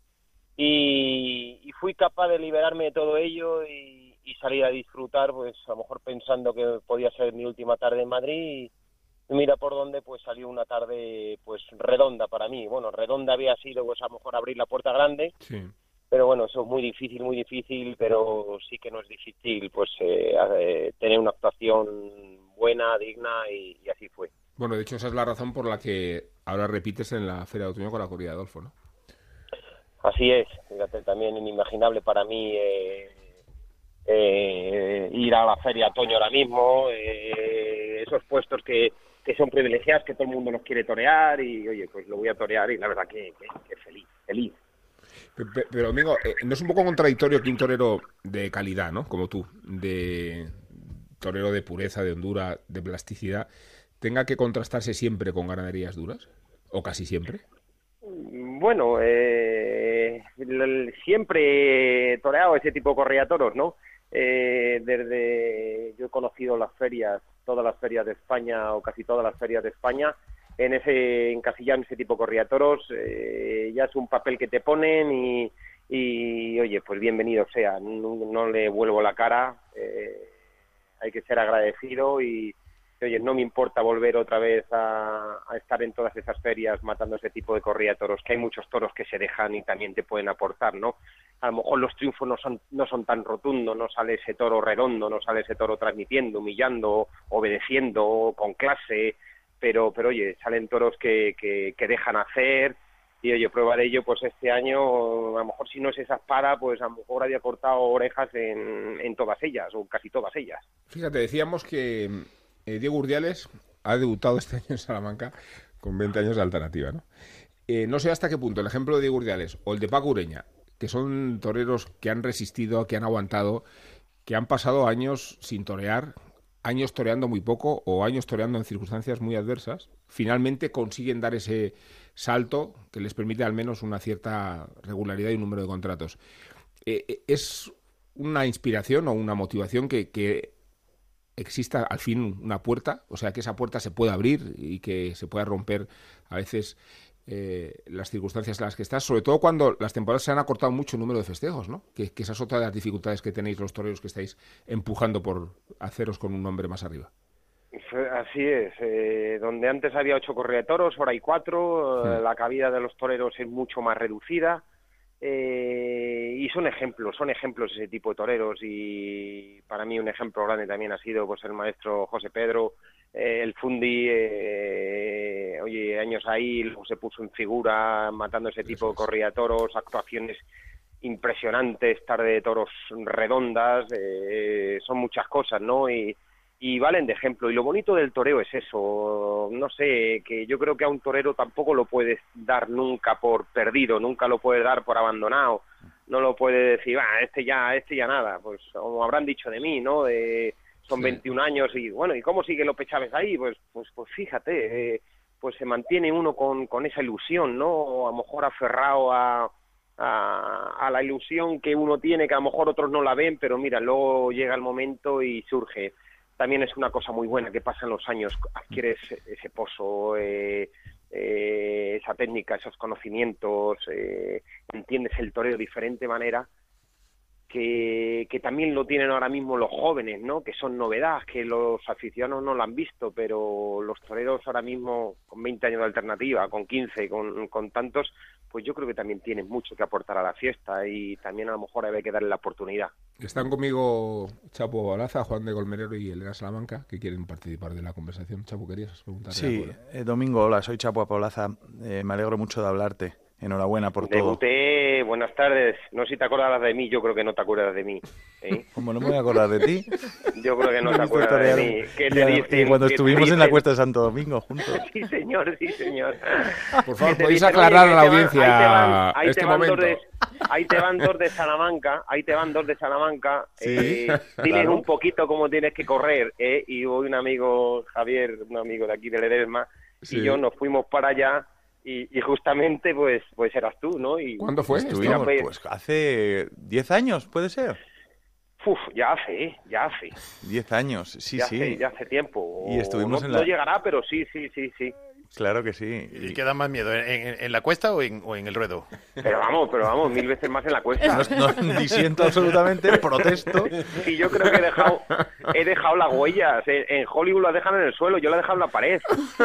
y, y fui capaz de liberarme de todo ello y, y salir a disfrutar, pues a lo mejor pensando que podía ser mi última tarde en Madrid, y mira por dónde pues salió una tarde pues redonda para mí. Bueno, redonda había sido pues a lo mejor abrir la puerta grande, Sí. pero bueno, eso es muy difícil, muy difícil, pero sí que no es difícil pues eh, eh, tener una actuación buena, digna, y, y así fue. Bueno, de hecho esa es la razón por la que ahora repites en la Feria de Otoño con la corrida de Adolfo, ¿no? Así es, fíjate, también inimaginable para mí eh, eh, ir a la Feria de Otoño ahora mismo, eh, esos puestos que, que son privilegiados, que todo el mundo los quiere torear, y oye, pues lo voy a torear y la verdad que, que, que feliz, feliz. Pero, pero amigo, eh, ¿no es un poco contradictorio que un torero de calidad, ¿no? Como tú, de torero de pureza, de hondura, de plasticidad, tenga que contrastarse siempre con ganaderías duras? ¿O casi siempre? Bueno, eh, siempre he toreado ese tipo de correatoros, ¿no? Eh, desde yo he conocido las ferias, todas las ferias de España o casi todas las ferias de España, en ese encasillado en ese tipo de correatoros, eh, ya es un papel que te ponen y, y oye, pues bienvenido sea, no, no le vuelvo la cara, eh, hay que ser agradecido y oye, no me importa volver otra vez a, a estar en todas esas ferias matando ese tipo de corrida de toros, que hay muchos toros que se dejan y también te pueden aportar, ¿no? A lo mejor los triunfos no son, no son tan rotundos, no sale ese toro redondo, no sale ese toro transmitiendo, humillando, obedeciendo, con clase, pero, pero oye, salen toros que, que, que dejan hacer, y oye, prueba de ello, pues este año, a lo mejor si no es esa espada, pues a lo mejor había cortado orejas en, en todas ellas, o casi todas ellas. Fíjate, decíamos que Eh, Diego Urdiales ha debutado este año en Salamanca con veinte años de alternativa, ¿no? Eh, no sé hasta qué punto el ejemplo de Diego Urdiales o el de Paco Ureña, que son toreros que han resistido, que han aguantado, que han pasado años sin torear, años toreando muy poco o años toreando en circunstancias muy adversas, finalmente consiguen dar ese salto que les permite al menos una cierta regularidad y un número de contratos. Eh, ¿Es una inspiración o una motivación que... que exista al fin una puerta, o sea, que esa puerta se pueda abrir y que se pueda romper a veces eh, las circunstancias en las que estás, sobre todo cuando las temporadas se han acortado mucho el número de festejos, ¿no? Que, que esa es otra de las dificultades que tenéis los toreros que estáis empujando por haceros con un nombre más arriba. Así es, eh, donde antes había ocho corridas de toros, ahora hay cuatro, Sí. eh, la cabida de los toreros es mucho más reducida, eh, y son ejemplos, son ejemplos ese tipo de toreros, y para mí un ejemplo grande también ha sido pues el maestro José Pedro, eh, el Fundi, eh, oye, años ahí, luego se puso en figura matando ese tipo de corridas de toros, actuaciones impresionantes, tarde de toros redondas, eh, son muchas cosas, ¿no? Y y valen de ejemplo. Y lo bonito del toreo es eso, no sé, que yo creo que a un torero tampoco lo puedes dar nunca por perdido, nunca lo puedes dar por abandonado, no lo puedes decir, ah, este ya, este ya nada, pues como habrán dicho de mí, ¿no? De, son sí. veintiún años y bueno, ¿y cómo sigue López Chávez ahí? Pues, pues, pues fíjate, eh, pues se mantiene uno con, con esa ilusión, ¿no? O a lo mejor aferrado a, a, a la ilusión que uno tiene, que a lo mejor otros no la ven, pero mira, luego llega el momento y surge. También es una cosa muy buena que pasan los años, adquieres ese pozo, eh, eh, esa técnica, esos conocimientos, eh, entiendes el toreo de diferente manera que, que también lo tienen ahora mismo los jóvenes, ¿no? Que son novedad, que los aficionados no lo han visto, pero los toreros ahora mismo, con veinte años de alternativa, con quince, con, con tantos, pues yo creo que también tienen mucho que aportar a la fiesta y también a lo mejor hay que darle la oportunidad. Están conmigo Chapo Balaza, Juan de Colmenero y Elena Salamanca, que quieren participar de la conversación. Chapo, ¿querías preguntarle Sí, algo? eh, Domingo, hola, soy Chapo Balaza, eh, me alegro mucho de hablarte. Enhorabuena por todo. Debuté, buenas tardes. No sé si te acordarás de mí, yo creo que no te acuerdas de mí. ¿eh? ¿Cómo no me voy a acordar de ti? Yo creo que no te acuerdas de mí. ¿Qué te dicen? Y cuando ¿Qué estuvimos te en la dicen? Cuesta de Santo Domingo juntos. Sí, señor, sí, señor. Por favor, ¿Qué te podéis dicen? aclarar Oye, a la ahí te van- audiencia ahí te van- ahí este te van dos momento. de- Ahí te van dos de Salamanca, ahí te van dos de Salamanca. Sí, eh, diles claro. un poquito cómo tienes que correr, ¿eh? Y hoy un amigo, Javier, un amigo de aquí de Ledesma, Sí. y yo nos fuimos para allá y, y justamente pues pues eras tú, ¿no? Y, ¿Cuándo fue? Estuvimos, Mira, pues hace diez años, ¿puede ser? Uf, ya hace, ¿eh? ya hace. diez años, sí, ya sí. Hace, ya hace tiempo. Y estuvimos no, en la- no llegará, pero sí, sí, sí, sí. Claro que sí. ¿Y qué da más miedo, en, en- en la cuesta o en, o en el ruedo? Pero vamos, pero vamos, mil veces más en la cuesta. No, no disiento absolutamente, protesto. Y yo creo que he dejado, he dejado las huellas. En, en Hollywood las dejan en el suelo, yo las he dejado en la pared.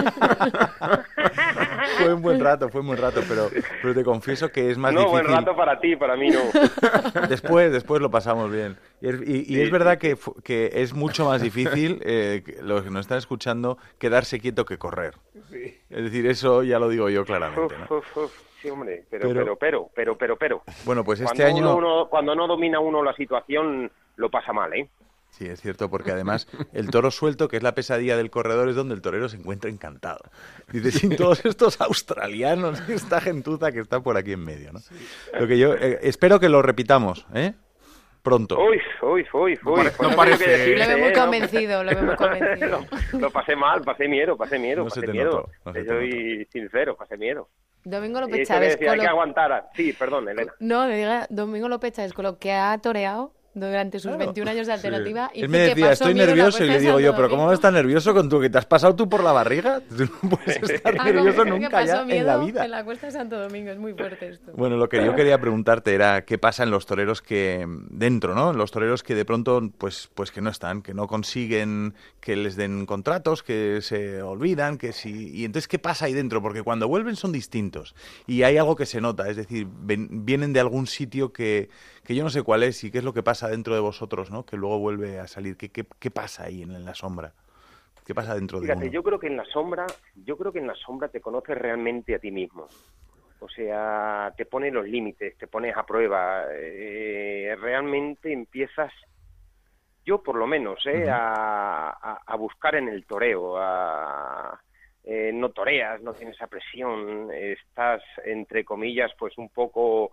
Fue un buen rato, fue un buen rato, pero, pero te confieso que es más no, difícil. buen rato para ti, para mí no. Después, después lo pasamos bien. Y, es- y- y Sí, es verdad sí, que, fu- que es mucho más difícil, eh, que los que nos están escuchando, quedarse quieto que correr. Es decir, eso ya lo digo yo claramente, ¿no? Uf, uf, uf. Sí, hombre, pero, Pero- pero, pero, pero, pero, pero. Bueno, pues este Cuando año... uno, uno- cuando no domina uno la situación, lo pasa mal, ¿eh? Sí, es cierto, porque además el toro suelto, que es la pesadilla del corredor, es donde el torero se encuentra encantado. Dice, sin todos estos australianos, esta gentuza que está por aquí en medio, ¿no? Lo que yo eh, espero que lo repitamos, ¿eh? Pronto. Uy, uy, uy, No uy. pare- Pues no tengo parece- que decirte, Lo vemos ¿eh? No- convencido, lo vemos convencido. lo, lo pasé mal, pasé miedo, pasé miedo, No se pasé te miedo. notó, no se Te te soy sincero, pasé miedo. Domingo López Eso que Chávez, decía, con hay que lo... aguantar. Sí, perdón, Elena. No, me diga Domingo López Chávez, con lo que ha toreado durante sus veintiún años de alternativa. Y Él me decía, estoy nervioso, y le digo yo, pero ¿cómo vas a estar nervioso con tú? ¿Que te has pasado tú por la barriga? Tú no puedes estar nervioso nunca ya en la vida. En la Cuesta de Santo Domingo, es muy fuerte esto. Bueno, lo que yo quería preguntarte era qué pasa en los toreros que dentro, ¿no? En los toreros que de pronto, pues, pues que no están, que no consiguen que les den contratos, que se olvidan, que sí. Y entonces, ¿qué pasa ahí dentro? Porque cuando vuelven son distintos y hay algo que se nota, es decir, ven- vienen de algún sitio que, que yo no sé cuál es y qué es lo que pasa dentro de vosotros, ¿no? Que luego vuelve a salir. ¿Qué, qué, qué pasa ahí en, en la sombra? ¿Qué pasa dentro de Fíjate, uno? yo creo que en la sombra, yo creo que en la sombra te conoces realmente a ti mismo. O sea, te pones los límites, te pones a prueba, eh, realmente empiezas, yo por lo menos, eh, a, a, a buscar en el toreo, a, eh, no toreas, no tienes esa presión, estás, entre comillas, pues un poco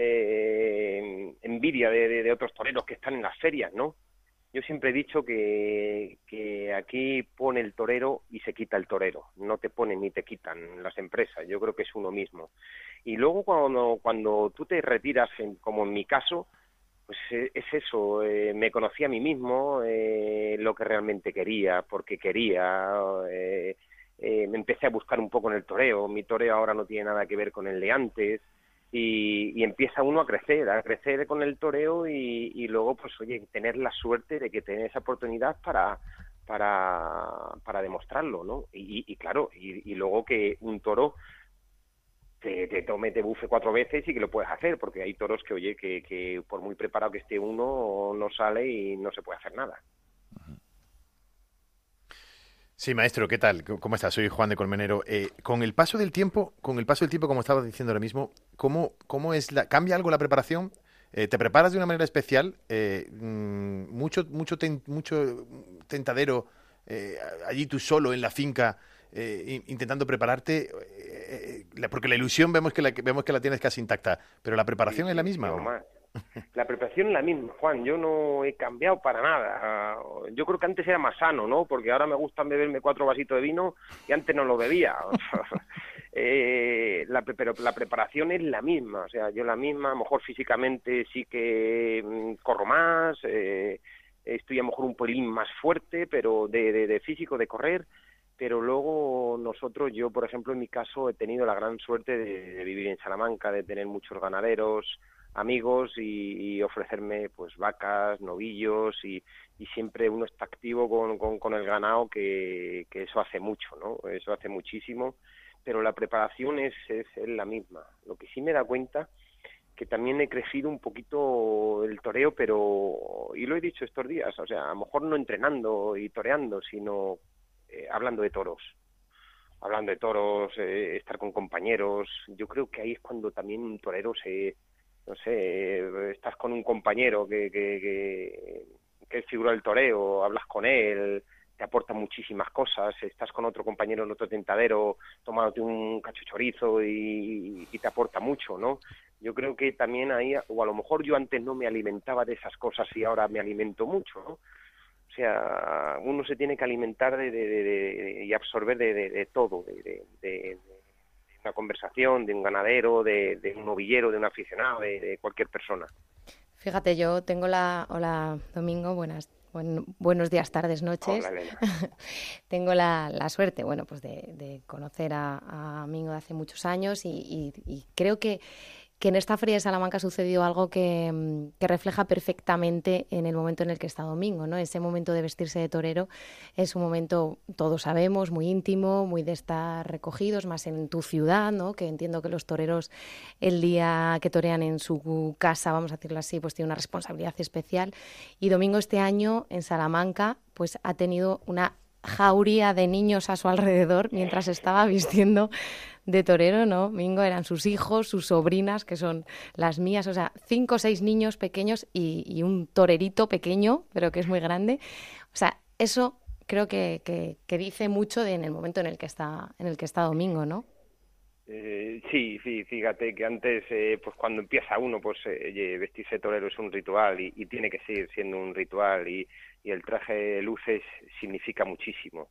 eh, envidia de, de, de otros toreros que están en las ferias, ¿no? Yo siempre he dicho que, que aquí pone el torero y se quita el torero, no te ponen ni te quitan las empresas, yo creo que es uno mismo. Y luego cuando, cuando tú te retiras, en, como en mi caso, pues eh, es eso, eh, me conocí a mí mismo, eh, lo que realmente quería, porque quería, eh, eh, me empecé a buscar un poco en el toreo, mi toreo ahora no tiene nada que ver con el de antes, y, y empieza uno a crecer, a crecer con el toreo y, y luego, pues oye, tener la suerte de que tenés esa oportunidad para para, para demostrarlo, ¿no? Y, y claro, y, y luego que un toro te, te tome, te bufe cuatro veces y que lo puedes hacer, porque hay toros que, oye, que, que por muy preparado que esté uno, no sale y no se puede hacer nada. Sí, maestro, ¿qué tal? ¿Cómo estás? Soy Juan de Colmenero. Eh, con el paso del tiempo, con el paso del tiempo, como estabas diciendo ahora mismo, ¿cómo, cómo es la, cambia algo la preparación? Eh, ¿Te preparas de una manera especial? Eh, mmm, mucho, mucho, ten, mucho tentadero eh, allí tú solo en la finca eh, intentando prepararte, eh, eh, porque la ilusión vemos que la, vemos que la tienes casi intacta, pero la preparación Sí, es la sí, misma. no ¿O no? más. La preparación es la misma, Juan. Yo no he cambiado para nada. Yo creo que antes era más sano, ¿no? Porque ahora me gusta beberme cuatro vasitos de vino y antes no lo bebía. eh, la, pero la preparación es la misma. O sea, yo la misma, a lo mejor físicamente sí que mm, corro más, eh, estoy a lo mejor un pelín más fuerte, pero de, de, de físico, de correr. Pero luego nosotros, yo por ejemplo en mi caso he tenido la gran suerte de, de vivir en Salamanca, de tener muchos ganaderos amigos y, y ofrecerme pues vacas, novillos y, y siempre uno está activo con, con, con el ganado, que, que eso hace mucho, ¿no? Eso hace muchísimo, pero la preparación es, es, es la misma. Lo que sí me da cuenta que también he crecido un poquito el toreo, pero, y lo he dicho estos días, o sea, a lo mejor no entrenando y toreando, sino eh, hablando de toros. Hablando de toros, eh, estar con compañeros, yo creo que ahí es cuando también un torero se, no sé, eh, estás con un compañero que, que, que, que es figura del toreo, hablas con él, te aporta muchísimas cosas, estás con otro compañero en otro tentadero tomándote un cacho chorizo y, y te aporta mucho, ¿no? Yo creo que también ahí, o a lo mejor yo antes no me alimentaba de esas cosas y ahora me alimento mucho, ¿no? O sea, uno se tiene que alimentar de, de, de, de y absorber de, de, de todo, de, de, de, de una conversación, de un ganadero, de, de un novillero, de un aficionado, de, de cualquier persona. Fíjate, yo tengo la... Hola, Domingo, buenas Buen, buenos días, tardes, noches. Hola, Elena. Tengo la, la suerte, bueno, pues de, de conocer a, a Mingo de hace muchos años y, y, y creo que, que en esta Feria de Salamanca ha sucedido algo que, que refleja perfectamente en el momento en el que está Domingo, ¿no? Ese momento de vestirse de torero es un momento, todos sabemos, muy íntimo, muy de estar recogidos, más en tu ciudad, ¿no? Que entiendo que los toreros el día que torean en su casa, vamos a decirlo así, pues tiene una responsabilidad especial. Y Domingo este año en Salamanca pues ha tenido una jauría de niños a su alrededor mientras estaba vistiendo de torero, ¿no? Mingo, eran sus hijos, sus sobrinas, que son las mías, o sea, cinco o seis niños pequeños y, y un torerito pequeño, pero que es muy grande. O sea, eso creo que, que, que dice mucho de, en el momento en el que está, en el que está Domingo, ¿no? Eh, sí, sí, fíjate que antes, eh, pues cuando empieza uno, pues eh, vestirse de torero es un ritual y, y tiene que seguir siendo un ritual y, y el traje de luces significa muchísimo.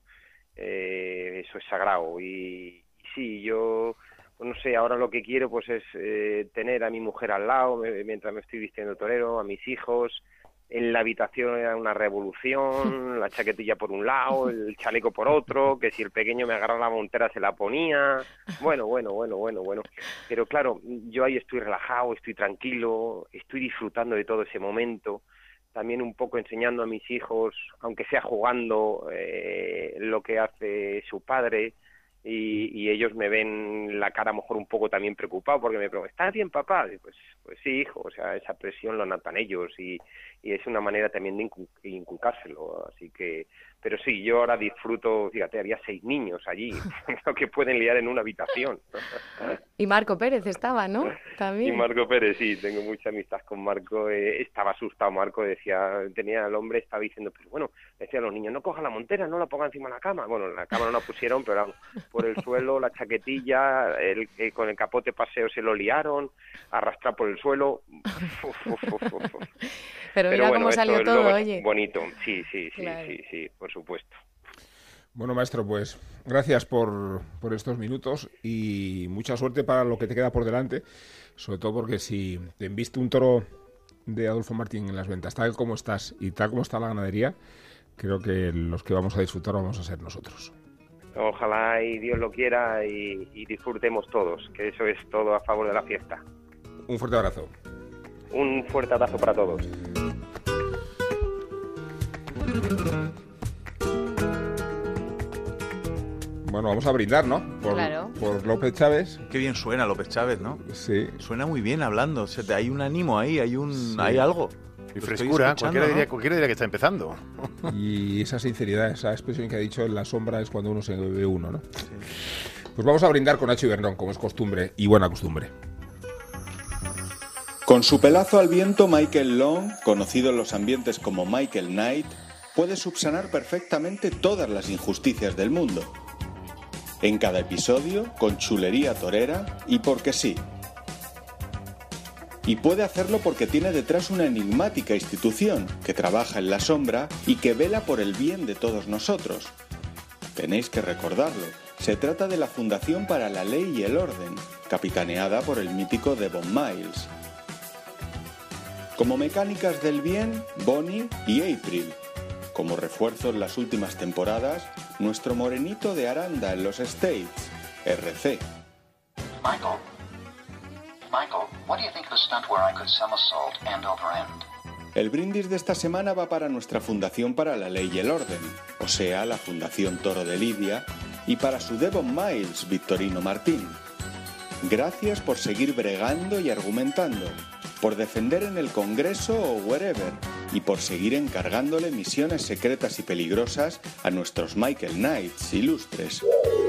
Eh, eso es sagrado y, y sí, yo, pues no sé, ahora lo que quiero pues es eh, tener a mi mujer al lado me, mientras me estoy vistiendo de torero, a mis hijos. En la habitación era una revolución, la chaquetilla por un lado, el chaleco por otro, que si el pequeño me agarraba la montera se la ponía, bueno, bueno, bueno, bueno, bueno. Pero claro, yo ahí estoy relajado, estoy tranquilo, estoy disfrutando de todo ese momento, también un poco enseñando a mis hijos, aunque sea jugando, eh, lo que hace su padre, y, y ellos me ven la cara a lo mejor un poco también preocupado porque me preguntan, ¿estás bien, papá? Y pues, pues sí, hijo, o sea, esa presión lo notan ellos y, y es una manera también de inculcárselo, así que, pero sí, yo ahora disfruto, fíjate, había seis niños allí, lo que pueden liar en una habitación. Y Marco Pérez estaba, ¿no? También. Y Marco Pérez, sí, tengo mucha amistad con Marco, eh, estaba asustado Marco, decía, tenía el hombre, estaba diciendo, pero bueno, decía a los niños, no cojan la montera, no la pongan encima de la cama, bueno, en la cama no la pusieron, pero vamos, por el suelo, la chaquetilla, el, el, con el capote paseo se lo liaron, arrastrar por el suelo. Uf, uf, uf, uf, uf. Pero, pero mira bueno, cómo salió todo, luego, oye. Bonito, sí, sí, sí, claro. sí, sí, por supuesto. Bueno, maestro, pues gracias por, por estos minutos y mucha suerte para lo que te queda por delante, sobre todo porque si te enviste un toro de Adolfo Martín en las ventas, tal como estás y tal como está la ganadería, creo que los que vamos a disfrutar vamos a ser nosotros. Ojalá y Dios lo quiera y, y disfrutemos todos, que eso es todo a favor de la fiesta. Un fuerte abrazo. Un fuerte abrazo para todos. Bueno, vamos a brindar, ¿no? Por, claro. por López Chávez. Qué bien suena López Chávez, ¿no? Sí. Suena muy bien hablando. O sea, hay un ánimo ahí, hay un, Sí. hay algo. Y Lo frescura, estoy escuchando, cualquiera, ¿no? diría, cualquiera diría que está empezando. Y esa sinceridad, esa expresión que ha dicho, en la sombra es cuando uno se ve uno, ¿no? Sí. Pues vamos a brindar con Nacho Ibernón, como es costumbre y buena costumbre. Con su pelazo al viento, Michael Long, conocido en los ambientes como Michael Knight, puede subsanar perfectamente todas las injusticias del mundo. En cada episodio, con chulería torera y porque sí. Y puede hacerlo porque tiene detrás una enigmática institución que trabaja en la sombra y que vela por el bien de todos nosotros. Tenéis que recordarlo. Se trata de la Fundación para la Ley y el Orden, capitaneada por el mítico Devon Miles. Como mecánicas del bien, Bonnie y April. Como refuerzo en las últimas temporadas, nuestro morenito de Aranda en los States, R C. Michael, Michael, what do you think of a stunt where I could somersault end over end? El brindis de esta semana va para nuestra Fundación para la Ley y el Orden, o sea, la Fundación Toro de Lidia, y para su Devon Miles, Victorino Martín. Gracias por seguir bregando y argumentando, por defender en el Congreso o wherever, y por seguir encargándole misiones secretas y peligrosas a nuestros Michael Knights ilustres.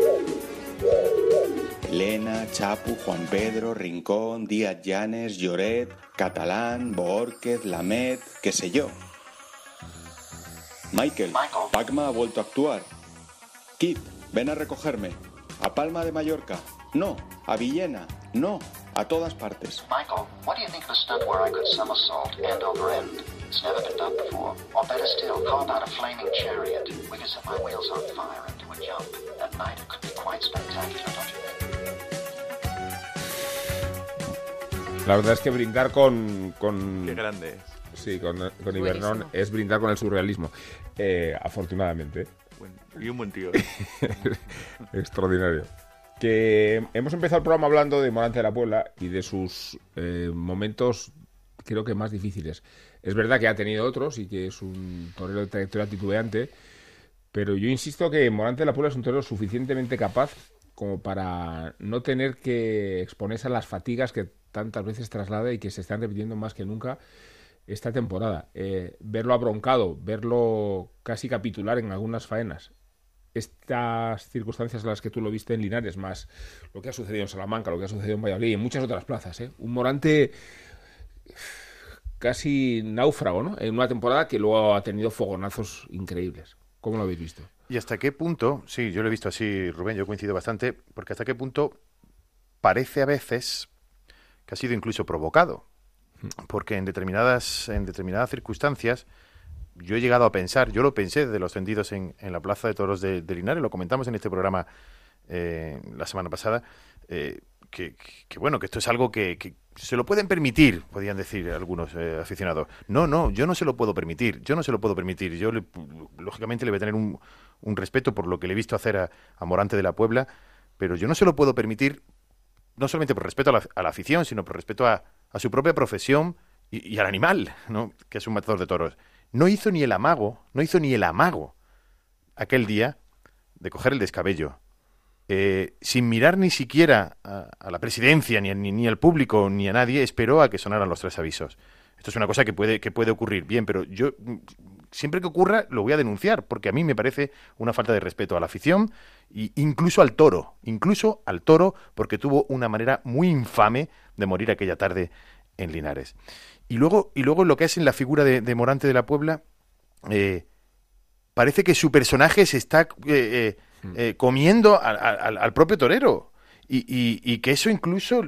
Elena, Chapu, Juan Pedro, Rincón, Díaz Llanes, Lloret, Catalán, Boórquez, Lamet, qué sé yo. Michael, Pacma ha vuelto a actuar. Kit, ven a recogerme. A Palma de Mallorca. No. A Villena. No. A todas partes. Michael, what do you think of a stunt where I could somersault end over end? It's never been done before. Or better still, carve out a flaming chariot. We could set my wheels on fire and do a jump. At night it could be quite spectacular, don't you think? La verdad es que brindar con... con Qué grande es. Sí, con, con Ibernón es brindar con el surrealismo. Eh, afortunadamente. Buen, y un buen tío. Extraordinario. Que hemos empezado el programa hablando de Morante de la Puebla y de sus eh, momentos, creo que más difíciles. Es verdad que ha tenido otros y que es un torero de trayectoria titubeante, pero yo insisto que Morante de la Puebla es un torero suficientemente capaz como para no tener que exponerse a las fatigas que tantas veces traslada y que se están repitiendo más que nunca esta temporada. Eh, verlo abroncado, verlo casi capitular en algunas faenas. Estas circunstancias en las que tú lo viste en Linares, más lo que ha sucedido en Salamanca, lo que ha sucedido en Valladolid y en muchas otras plazas, ¿eh? Un Morante casi náufrago, ¿no? En una temporada que luego ha tenido fogonazos increíbles. ¿Cómo lo habéis visto? ¿Y hasta qué punto? Sí, yo lo he visto así, Rubén, yo coincido bastante, porque hasta qué punto parece a veces que ha sido incluso provocado, porque en determinadas, en determinadas circunstancias yo he llegado a pensar, yo lo pensé desde los tendidos en, en la Plaza de Toros de, de Linares, lo comentamos en este programa eh, la semana pasada, eh, que, que bueno, que esto es algo que, que se lo pueden permitir, podían decir algunos eh, aficionados. No, no, yo no se lo puedo permitir, yo no se lo puedo permitir. Yo, le, lógicamente, le voy a tener un, un respeto por lo que le he visto hacer a, a Morante de la Puebla, pero yo no se lo puedo permitir, no solamente por respeto a la, a la afición, sino por respeto a, a su propia profesión y, y al animal, ¿no? Que es un matador de toros. No hizo ni el amago, no hizo ni el amago aquel día de coger el descabello. Eh, sin mirar ni siquiera a, a la presidencia, ni, ni, ni al público, ni a nadie, esperó a que sonaran los tres avisos. Esto es una cosa que puede, que puede ocurrir, bien, pero yo siempre que ocurra lo voy a denunciar, porque a mí me parece una falta de respeto a la afición e incluso al toro, incluso al toro, porque tuvo una manera muy infame de morir aquella tarde en Linares. Y luego, y luego lo que es en la figura de, de Morante de la Puebla, eh, parece que su personaje se está eh, eh, eh, comiendo al, al, al propio torero. Y, y, y que eso incluso,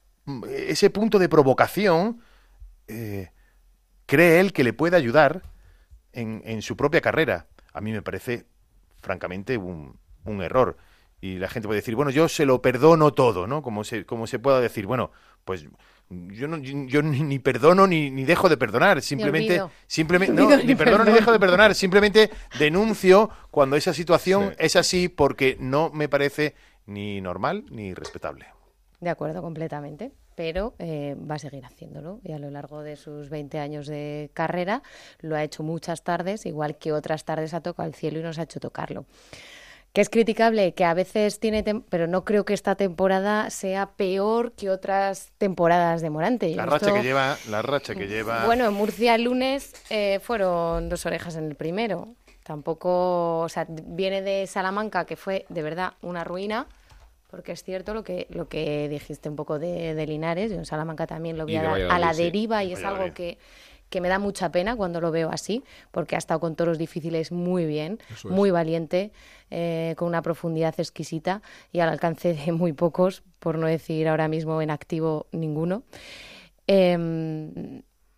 ese punto de provocación, eh, cree él que le puede ayudar en, en su propia carrera. A mí me parece, francamente, un, un error. Y la gente puede decir, bueno, yo se lo perdono todo, ¿no? Como se, como se pueda decir, bueno, pues yo no, yo ni, ni perdono ni, ni dejo de perdonar, simplemente, simplemente no, ni perdono ni dejo de perdonar, simplemente denuncio cuando esa situación sí. es así, porque no me parece ni normal ni respetable. De acuerdo, completamente. Pero eh, va a seguir haciéndolo y a lo largo de sus veinte años de carrera lo ha hecho muchas tardes, igual que otras tardes ha tocado el cielo y nos ha hecho tocarlo. Que es criticable, que a veces tiene... Tem- pero no creo que esta temporada sea peor que otras temporadas de Morante. La racha esto... que lleva, la racha que lleva... Bueno, en Murcia el lunes eh, fueron dos orejas en el primero. Tampoco... O sea, viene de Salamanca, que fue de verdad una ruina, porque es cierto lo que lo que dijiste un poco de, de Linares. Yo en Salamanca también lo vi a la, a la deriva sí. y es Valladolid. Algo que... que me da mucha pena cuando lo veo así, porque ha estado con toros difíciles muy bien, es. muy valiente, eh, con una profundidad exquisita y al alcance de muy pocos, por no decir ahora mismo en activo ninguno. Eh,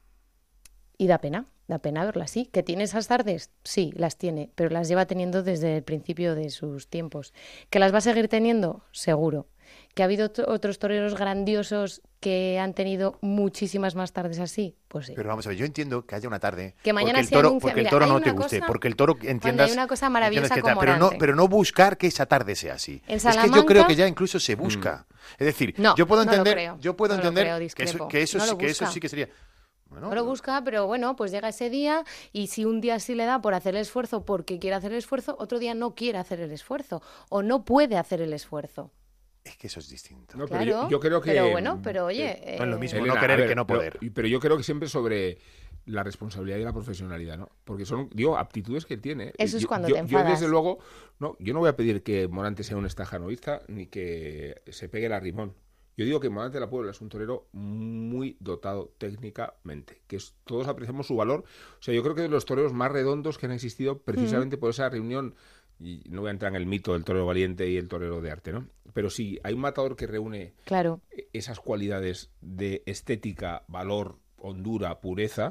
y da pena, da pena verlo así. ¿Que tiene esas tardes? Sí, las tiene, pero las lleva teniendo desde el principio de sus tiempos. ¿Que las va a seguir teniendo? Seguro. ¿Que ha habido t- otros toreros grandiosos que han tenido muchísimas más tardes así? Pues sí. Pero vamos a ver, yo entiendo que haya una tarde que mañana porque el toro, se anuncia, porque mira, el toro no te cosa, guste, porque el toro entiendas... Hay una cosa maravillosa que como pero no, pero no buscar que esa tarde sea así. En es Salamanca, que yo creo que ya incluso se busca. Es decir, no, yo puedo no lo entender, creo. yo puedo No lo entender creo, que, eso, que, eso, no sí, lo que eso busca. sí que sería... Bueno, no lo busca, pero bueno, pues llega ese día y si un día sí le da por hacer el esfuerzo porque quiere hacer el esfuerzo, otro día no quiere hacer el esfuerzo o no puede hacer el esfuerzo. Es que eso es distinto. No, pero Claro, yo, yo creo que... pero bueno, pero oye... No es lo mismo Elena, no querer a ver, que no poder. Pero, pero yo creo que siempre sobre la responsabilidad y la profesionalidad, ¿no? Porque son, digo, aptitudes que él tiene. Eso es yo, cuando yo, te enfadas. Yo, desde luego, no, yo no voy a pedir que Morante sea un estajanoísta ni que se pegue la rimón. Yo digo que Morante de la Puebla es un torero muy dotado técnicamente, que es, todos apreciamos su valor. O sea, yo creo que de los toreros más redondos que han existido precisamente mm. por esa reunión, y no voy a entrar en el mito del torero valiente y el torero de arte, ¿no? Pero sí, hay un matador que reúne claro. esas cualidades de estética, valor, hondura, pureza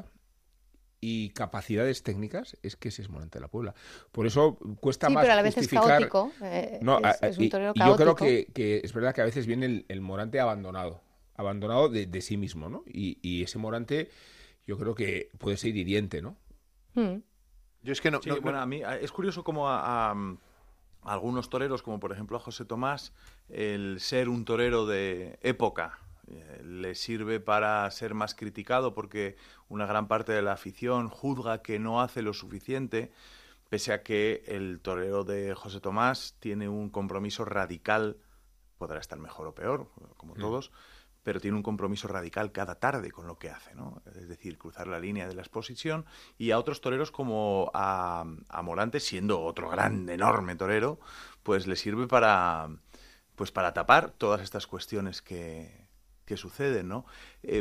y capacidades técnicas, es que ese es Morante de la Puebla. Por eso cuesta sí, más pero a la vez justificar... es caótico. Eh, no, es, es un y, torero y caótico. yo creo que, que es verdad que a veces viene el, el Morante abandonado, abandonado de, de sí mismo, ¿no? Y, y ese Morante yo creo que puede ser hiriente, ¿no? Mm. Yo es que no... Sí, no, bueno, no... a mí es curioso como a, a, a algunos toreros, como por ejemplo a José Tomás, el ser un torero de época eh, le sirve para ser más criticado porque una gran parte de la afición juzga que no hace lo suficiente, pese a que el torero de José Tomás tiene un compromiso radical, podrá estar mejor o peor, como mm. todos, pero tiene un compromiso radical cada tarde con lo que hace, ¿no? Es decir, cruzar la línea de la exposición, y a otros toreros como a, a Morante, siendo otro gran, enorme torero, pues le sirve para, pues para tapar todas estas cuestiones que, que suceden, ¿no? Eh,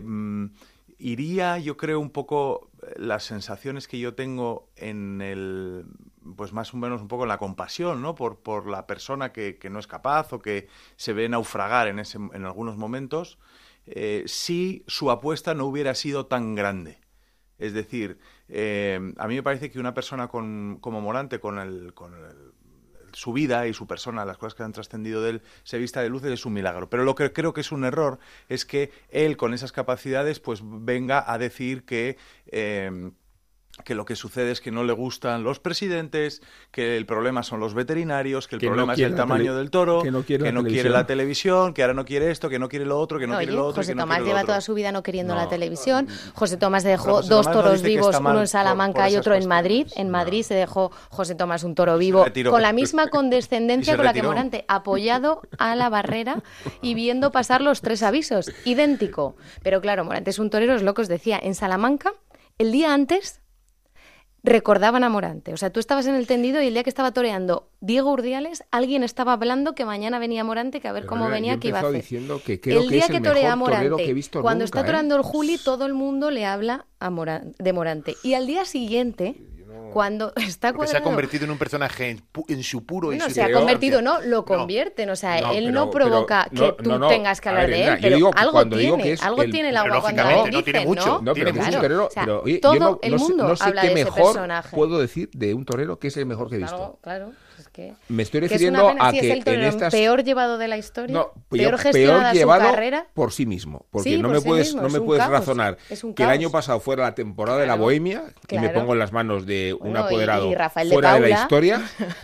iría, yo creo, un poco las sensaciones que yo tengo en el, pues más o menos un poco en la compasión, ¿no? Por, por la persona que, que no es capaz o que se ve naufragar en, ese, en algunos momentos, eh, si su apuesta no hubiera sido tan grande. Es decir, eh, a mí me parece que una persona con, como Morante, con el... Con el su vida y su persona, las cosas que han trascendido de él, se vista de luces, es un milagro. Pero lo que creo que es un error es que él, con esas capacidades, pues venga a decir que... Eh, que lo que sucede es que no le gustan los presidentes, que el problema son los veterinarios, que el que problema no es el tamaño tele... del toro, que no, quiere, que la no quiere la televisión, que ahora no quiere esto, que no quiere lo otro, que no, no quiere oye, lo otro. José que no Tomás quiere lleva lo otro. toda su vida no queriendo no, la televisión. José Tomás dejó José dos Tomás toros vivos, uno en Salamanca por, por y otro en Madrid. En Madrid no. se dejó José Tomás un toro vivo con la misma condescendencia con la que Morante, apoyado a la barrera y viendo pasar los tres avisos. Idéntico. Pero claro, Morante es un torero, es lo que os decía. En Salamanca, el día antes... recordaban a Morante. O sea, tú estabas en el tendido y el día que estaba toreando Diego Urdiales, alguien estaba hablando que mañana venía Morante, que a ver Pero cómo venía, que iba a hacer. Diciendo que creo el que día es que el torea mejor torero Morante, que he visto cuando nunca, está toreando ¿eh? el Juli, todo el mundo le habla a Morante, de Morante. Y al día siguiente... Cuando está Porque se ha convertido en un personaje en, pu en su puro y no, su se ha convertido, no, lo convierten. O sea, no, él pero, no provoca pero, que no, tú no, no, tengas que hablar ver, de él, pero digo, algo tiene, que es algo el, tiene el agua cuando no, lo no dicen, tiene mucho, ¿no? tiene pero mucho. Torero, o sea, pero, oye, todo yo no, el no mundo sé, no sé habla qué de ese mejor personaje. puedo decir de un torero que es el mejor que he visto. Claro, claro. Es que, me estoy que refiriendo es una pena, a si que es el torero en estas peor llevado de la historia, no, peor gestionada peor llevado su carrera por sí mismo, porque sí, no por me sí puedes mismo, no me un puedes caos, razonar es un que el caos. año pasado fuera la temporada claro, de la Bohemia claro. y me pongo en las manos de un bueno, apoderado y, y Rafael de fuera Paula, de la historia.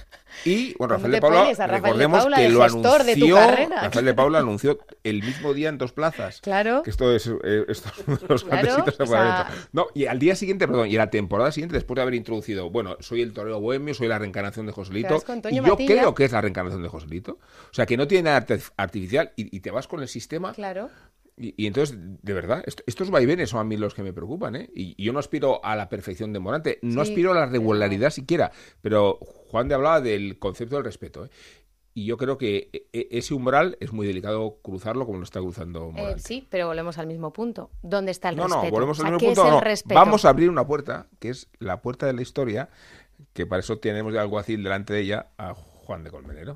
Y, bueno, Rafael de Paula, Rafael recordemos de Paula, que de lo gestor de tu anunció, carrera. Rafael de Paula anunció el mismo día en dos plazas. Claro. Que esto es, eh, esto es uno de los claro, grandes hitos o sea... No, y al día siguiente, perdón, y a la temporada siguiente, después de haber introducido, bueno, soy el torero bohemio, soy la reencarnación de Joselito, y yo Matilla. creo que es la reencarnación de Joselito. O sea, que no tiene nada artificial y, y te vas con el sistema... Claro. Y, y entonces, de verdad, esto, estos vaivenes son a mí los que me preocupan, ¿eh? Y, y yo no aspiro a la perfección de Morante, no sí, aspiro a la regularidad pero... siquiera, pero Juan de hablaba del concepto del respeto, ¿eh? Y yo creo que ese umbral es muy delicado cruzarlo como lo está cruzando Morante. Eh, sí, pero volvemos al mismo punto. ¿Dónde está el no, respeto? No, volvemos o sea, al mismo mismo punto. punto. Es No, el respeto? Vamos a abrir una puerta, que es la puerta de la historia, que para eso tenemos de alguacil delante de ella a Juan de Colmenero.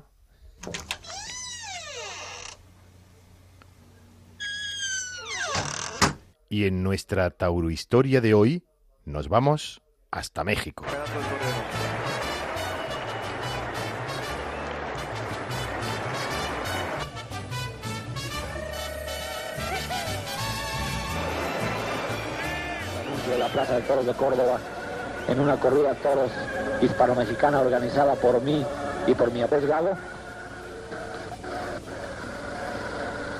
Y en nuestra taurohistoria de hoy nos vamos hasta México. De la Plaza de Toros de Córdoba en una corrida de toros hispano-mexicana organizada por mí y por mi apodgado.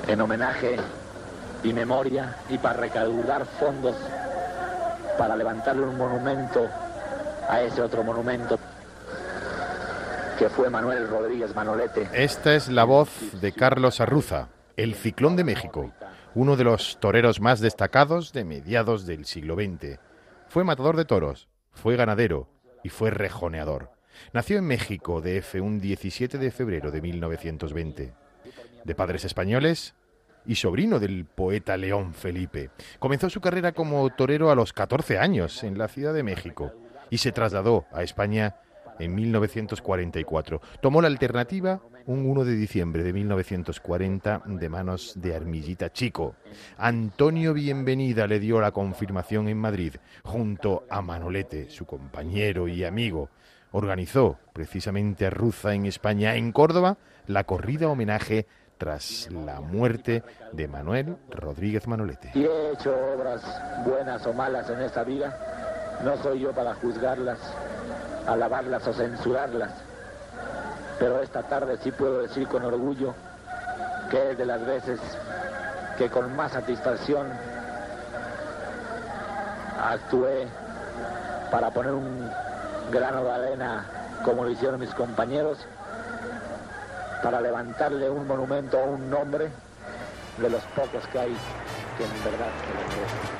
en homenaje y memoria y para recaudar fondos para levantarle un monumento a ese otro monumento que fue Manuel Rodríguez Manolete. Esta es la voz de Carlos Arruza, el Ciclón de México, uno de los toreros más destacados de mediados del siglo veinte. Fue matador de toros, fue ganadero y fue rejoneador. Nació en México, D F, un diecisiete de febrero de mil novecientos veinte. De padres españoles y sobrino del poeta León Felipe. Comenzó su carrera como torero a los catorce años en la Ciudad de México y se trasladó a España en mil novecientos cuarenta y cuatro. Tomó la alternativa un uno de diciembre de mil novecientos cuarenta de manos de Armillita Chico. Antonio Bienvenida le dio la confirmación en Madrid junto a Manolete, su compañero y amigo. Organizó precisamente Arruza en España, en Córdoba, la corrida homenaje tras la muerte de Manuel Rodríguez Manolete. Si he hecho obras buenas o malas en esta vida, no soy yo para juzgarlas, alabarlas o censurarlas. Pero esta tarde sí puedo decir con orgullo que es de las veces que con más satisfacción actué para poner un grano de arena, como lo hicieron mis compañeros, para levantarle un monumento a un nombre de los pocos que hay que en verdad se lo merecen.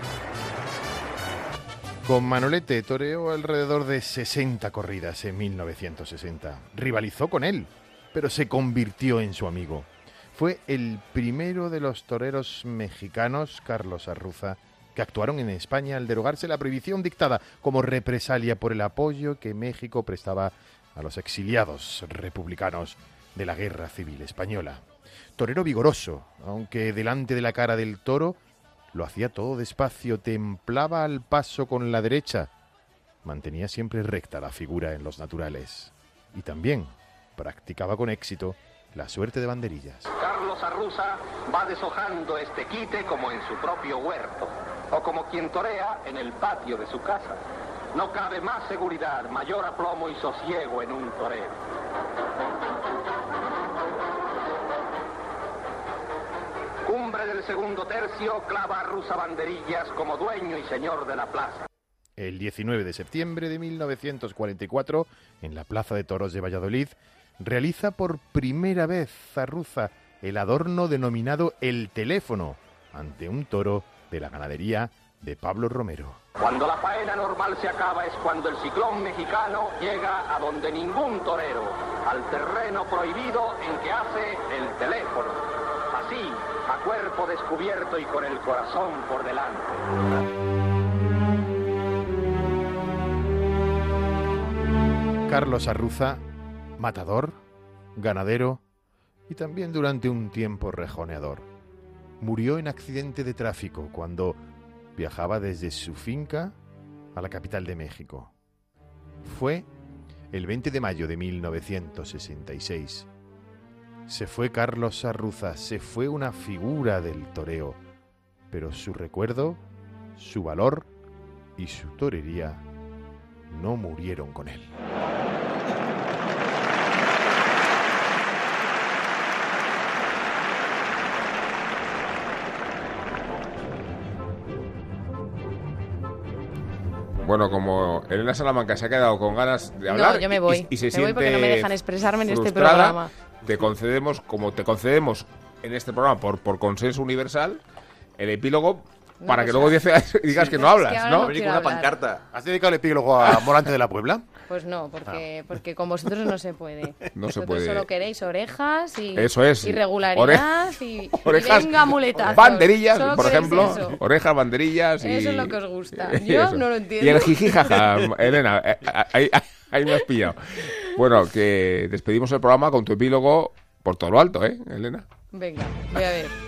Con Manolete toreó alrededor de sesenta corridas en mil novecientos sesenta. Rivalizó con él, pero se convirtió en su amigo. Fue el primero de los toreros mexicanos, Carlos Arruza, que actuaron en España al derogarse la prohibición dictada como represalia por el apoyo que México prestaba a los exiliados republicanos de la Guerra Civil Española. Torero vigoroso, aunque delante de la cara del toro lo hacía todo despacio, templaba al paso con la derecha, mantenía siempre recta la figura en los naturales y también practicaba con éxito la suerte de banderillas. Carlos Arruza va deshojando este quite como en su propio huerto, o como quien torea en el patio de su casa. No cabe más seguridad, mayor aplomo y sosiego en un torero. Cumbre del segundo tercio, clava Arruza banderillas como dueño y señor de la plaza. El diecinueve de septiembre de mil novecientos cuarenta y cuatro, en la Plaza de Toros de Valladolid, realiza por primera vez Arruza el adorno denominado el teléfono ante un toro de la ganadería de Pablo Romero. Cuando la faena normal se acaba es cuando el ciclón mexicano llega a donde ningún torero, al terreno prohibido en que hace el teléfono. Así, a cuerpo descubierto y con el corazón por delante. Carlos Arruza, matador, ganadero y también durante un tiempo rejoneador. Murió en accidente de tráfico cuando viajaba desde su finca a la capital de México. Fue el veinte de mayo de mil novecientos sesenta y seis. Se fue Carlos Arruza, se fue una figura del toreo, pero su recuerdo, su valor y su torería no murieron con él. Bueno, como Elena Salamanca se ha quedado con ganas de hablar, no, yo me voy. y, y se me siente voy porque no me dejan expresarme en este frustrada, programa. Te concedemos, como te concedemos en este programa por, por consenso universal, el epílogo No, para pues que luego dices, digas sí, que pero no es hablas, que ahora ¿no? no quiero hablar. pancarta. ¿Has dedicado el epílogo a Morante de la Puebla? Pues no, porque, porque con vosotros no se puede. No se Vosotros puede. solo queréis orejas y Eso es. irregularidad y, Orejas, y venga muletazos. banderillas, Solo por queréis ejemplo, eso. orejas, banderillas y... Eso es lo que os gusta. y Yo eso. no lo entiendo. Y el jijijaja, Elena, eh, ahí, ahí, ahí me has pillado. Bueno, que despedimos el programa con tu epílogo por todo lo alto, ¿eh, Elena? Venga, voy a ver.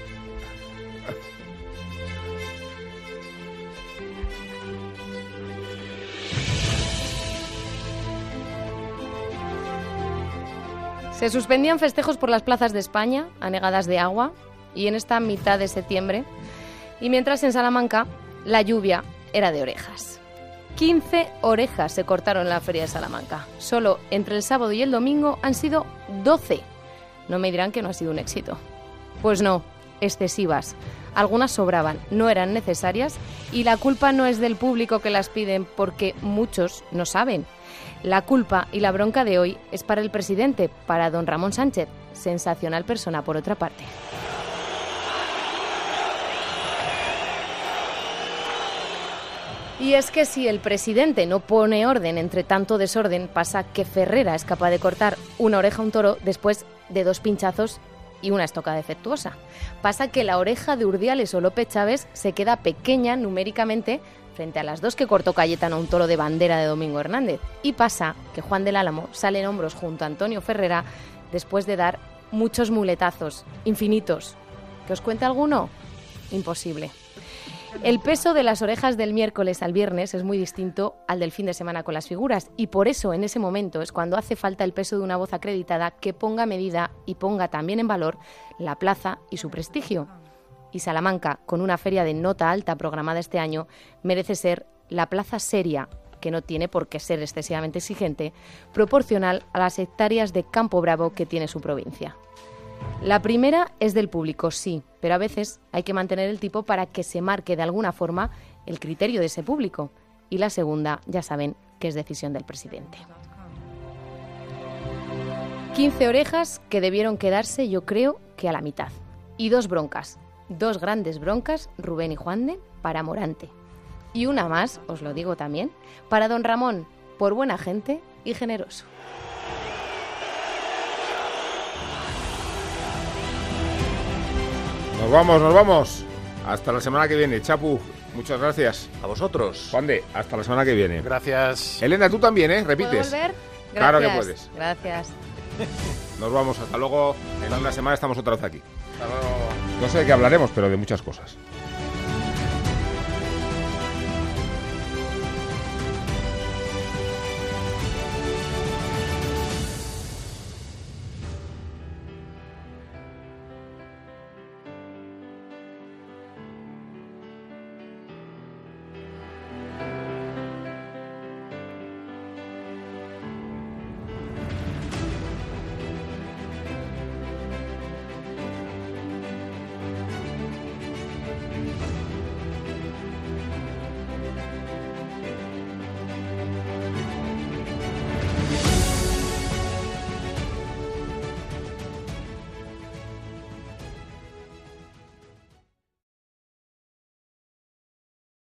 Se suspendían festejos por las plazas de España, anegadas de agua, y en esta mitad de septiembre, y mientras en Salamanca la lluvia era de orejas. quince orejas se cortaron en la feria de Salamanca. Solo entre el sábado y el domingo han sido doce. No me dirán que no ha sido un éxito. Pues no, excesivas. Algunas sobraban, no eran necesarias y la culpa no es del público que las piden porque muchos no saben. La culpa y la bronca de hoy es para el presidente, para don Ramón Sánchez, sensacional persona por otra parte. Y es que si el presidente no pone orden entre tanto desorden, pasa que Ferrera es capaz de cortar una oreja a un toro después de dos pinchazos y una estocada defectuosa. Pasa que la oreja de Urdiales o López Chávez se queda pequeña numéricamente frente a las dos que cortó Cayetano a un toro de bandera de Domingo Hernández. Y pasa que Juan del Álamo sale en hombros junto a Antonio Ferrera después de dar muchos muletazos, infinitos. ¿Que os cuente alguno? Imposible. El peso de las orejas del miércoles al viernes es muy distinto al del fin de semana con las figuras y por eso en ese momento es cuando hace falta el peso de una voz acreditada que ponga medida y ponga también en valor la plaza y su prestigio. Y Salamanca, con una feria de nota alta programada este año, merece ser la plaza seria, que no tiene por qué ser excesivamente exigente, proporcional a las hectáreas de campo bravo que tiene su provincia. La primera es del público, sí, pero a veces hay que mantener el tipo para que se marque de alguna forma el criterio de ese público. Y la segunda, ya saben, que es decisión del presidente. quince orejas que debieron quedarse, yo creo, que a la mitad. Y dos broncas, dos grandes broncas, Rubén y Juande, para Morante. Y una más, os lo digo también, para don Ramón, por buena gente y generoso. Nos vamos, nos vamos. Hasta la semana que viene. Chapu, muchas gracias. A vosotros. Juan de, hasta la semana que viene. Gracias. Elena, tú también, ¿eh? ¿Repites? ¿Puedo volver? Gracias. Claro que puedes. Gracias. Nos vamos, hasta luego. En una semana estamos otra vez aquí. Hasta luego. No sé de qué hablaremos, pero de muchas cosas.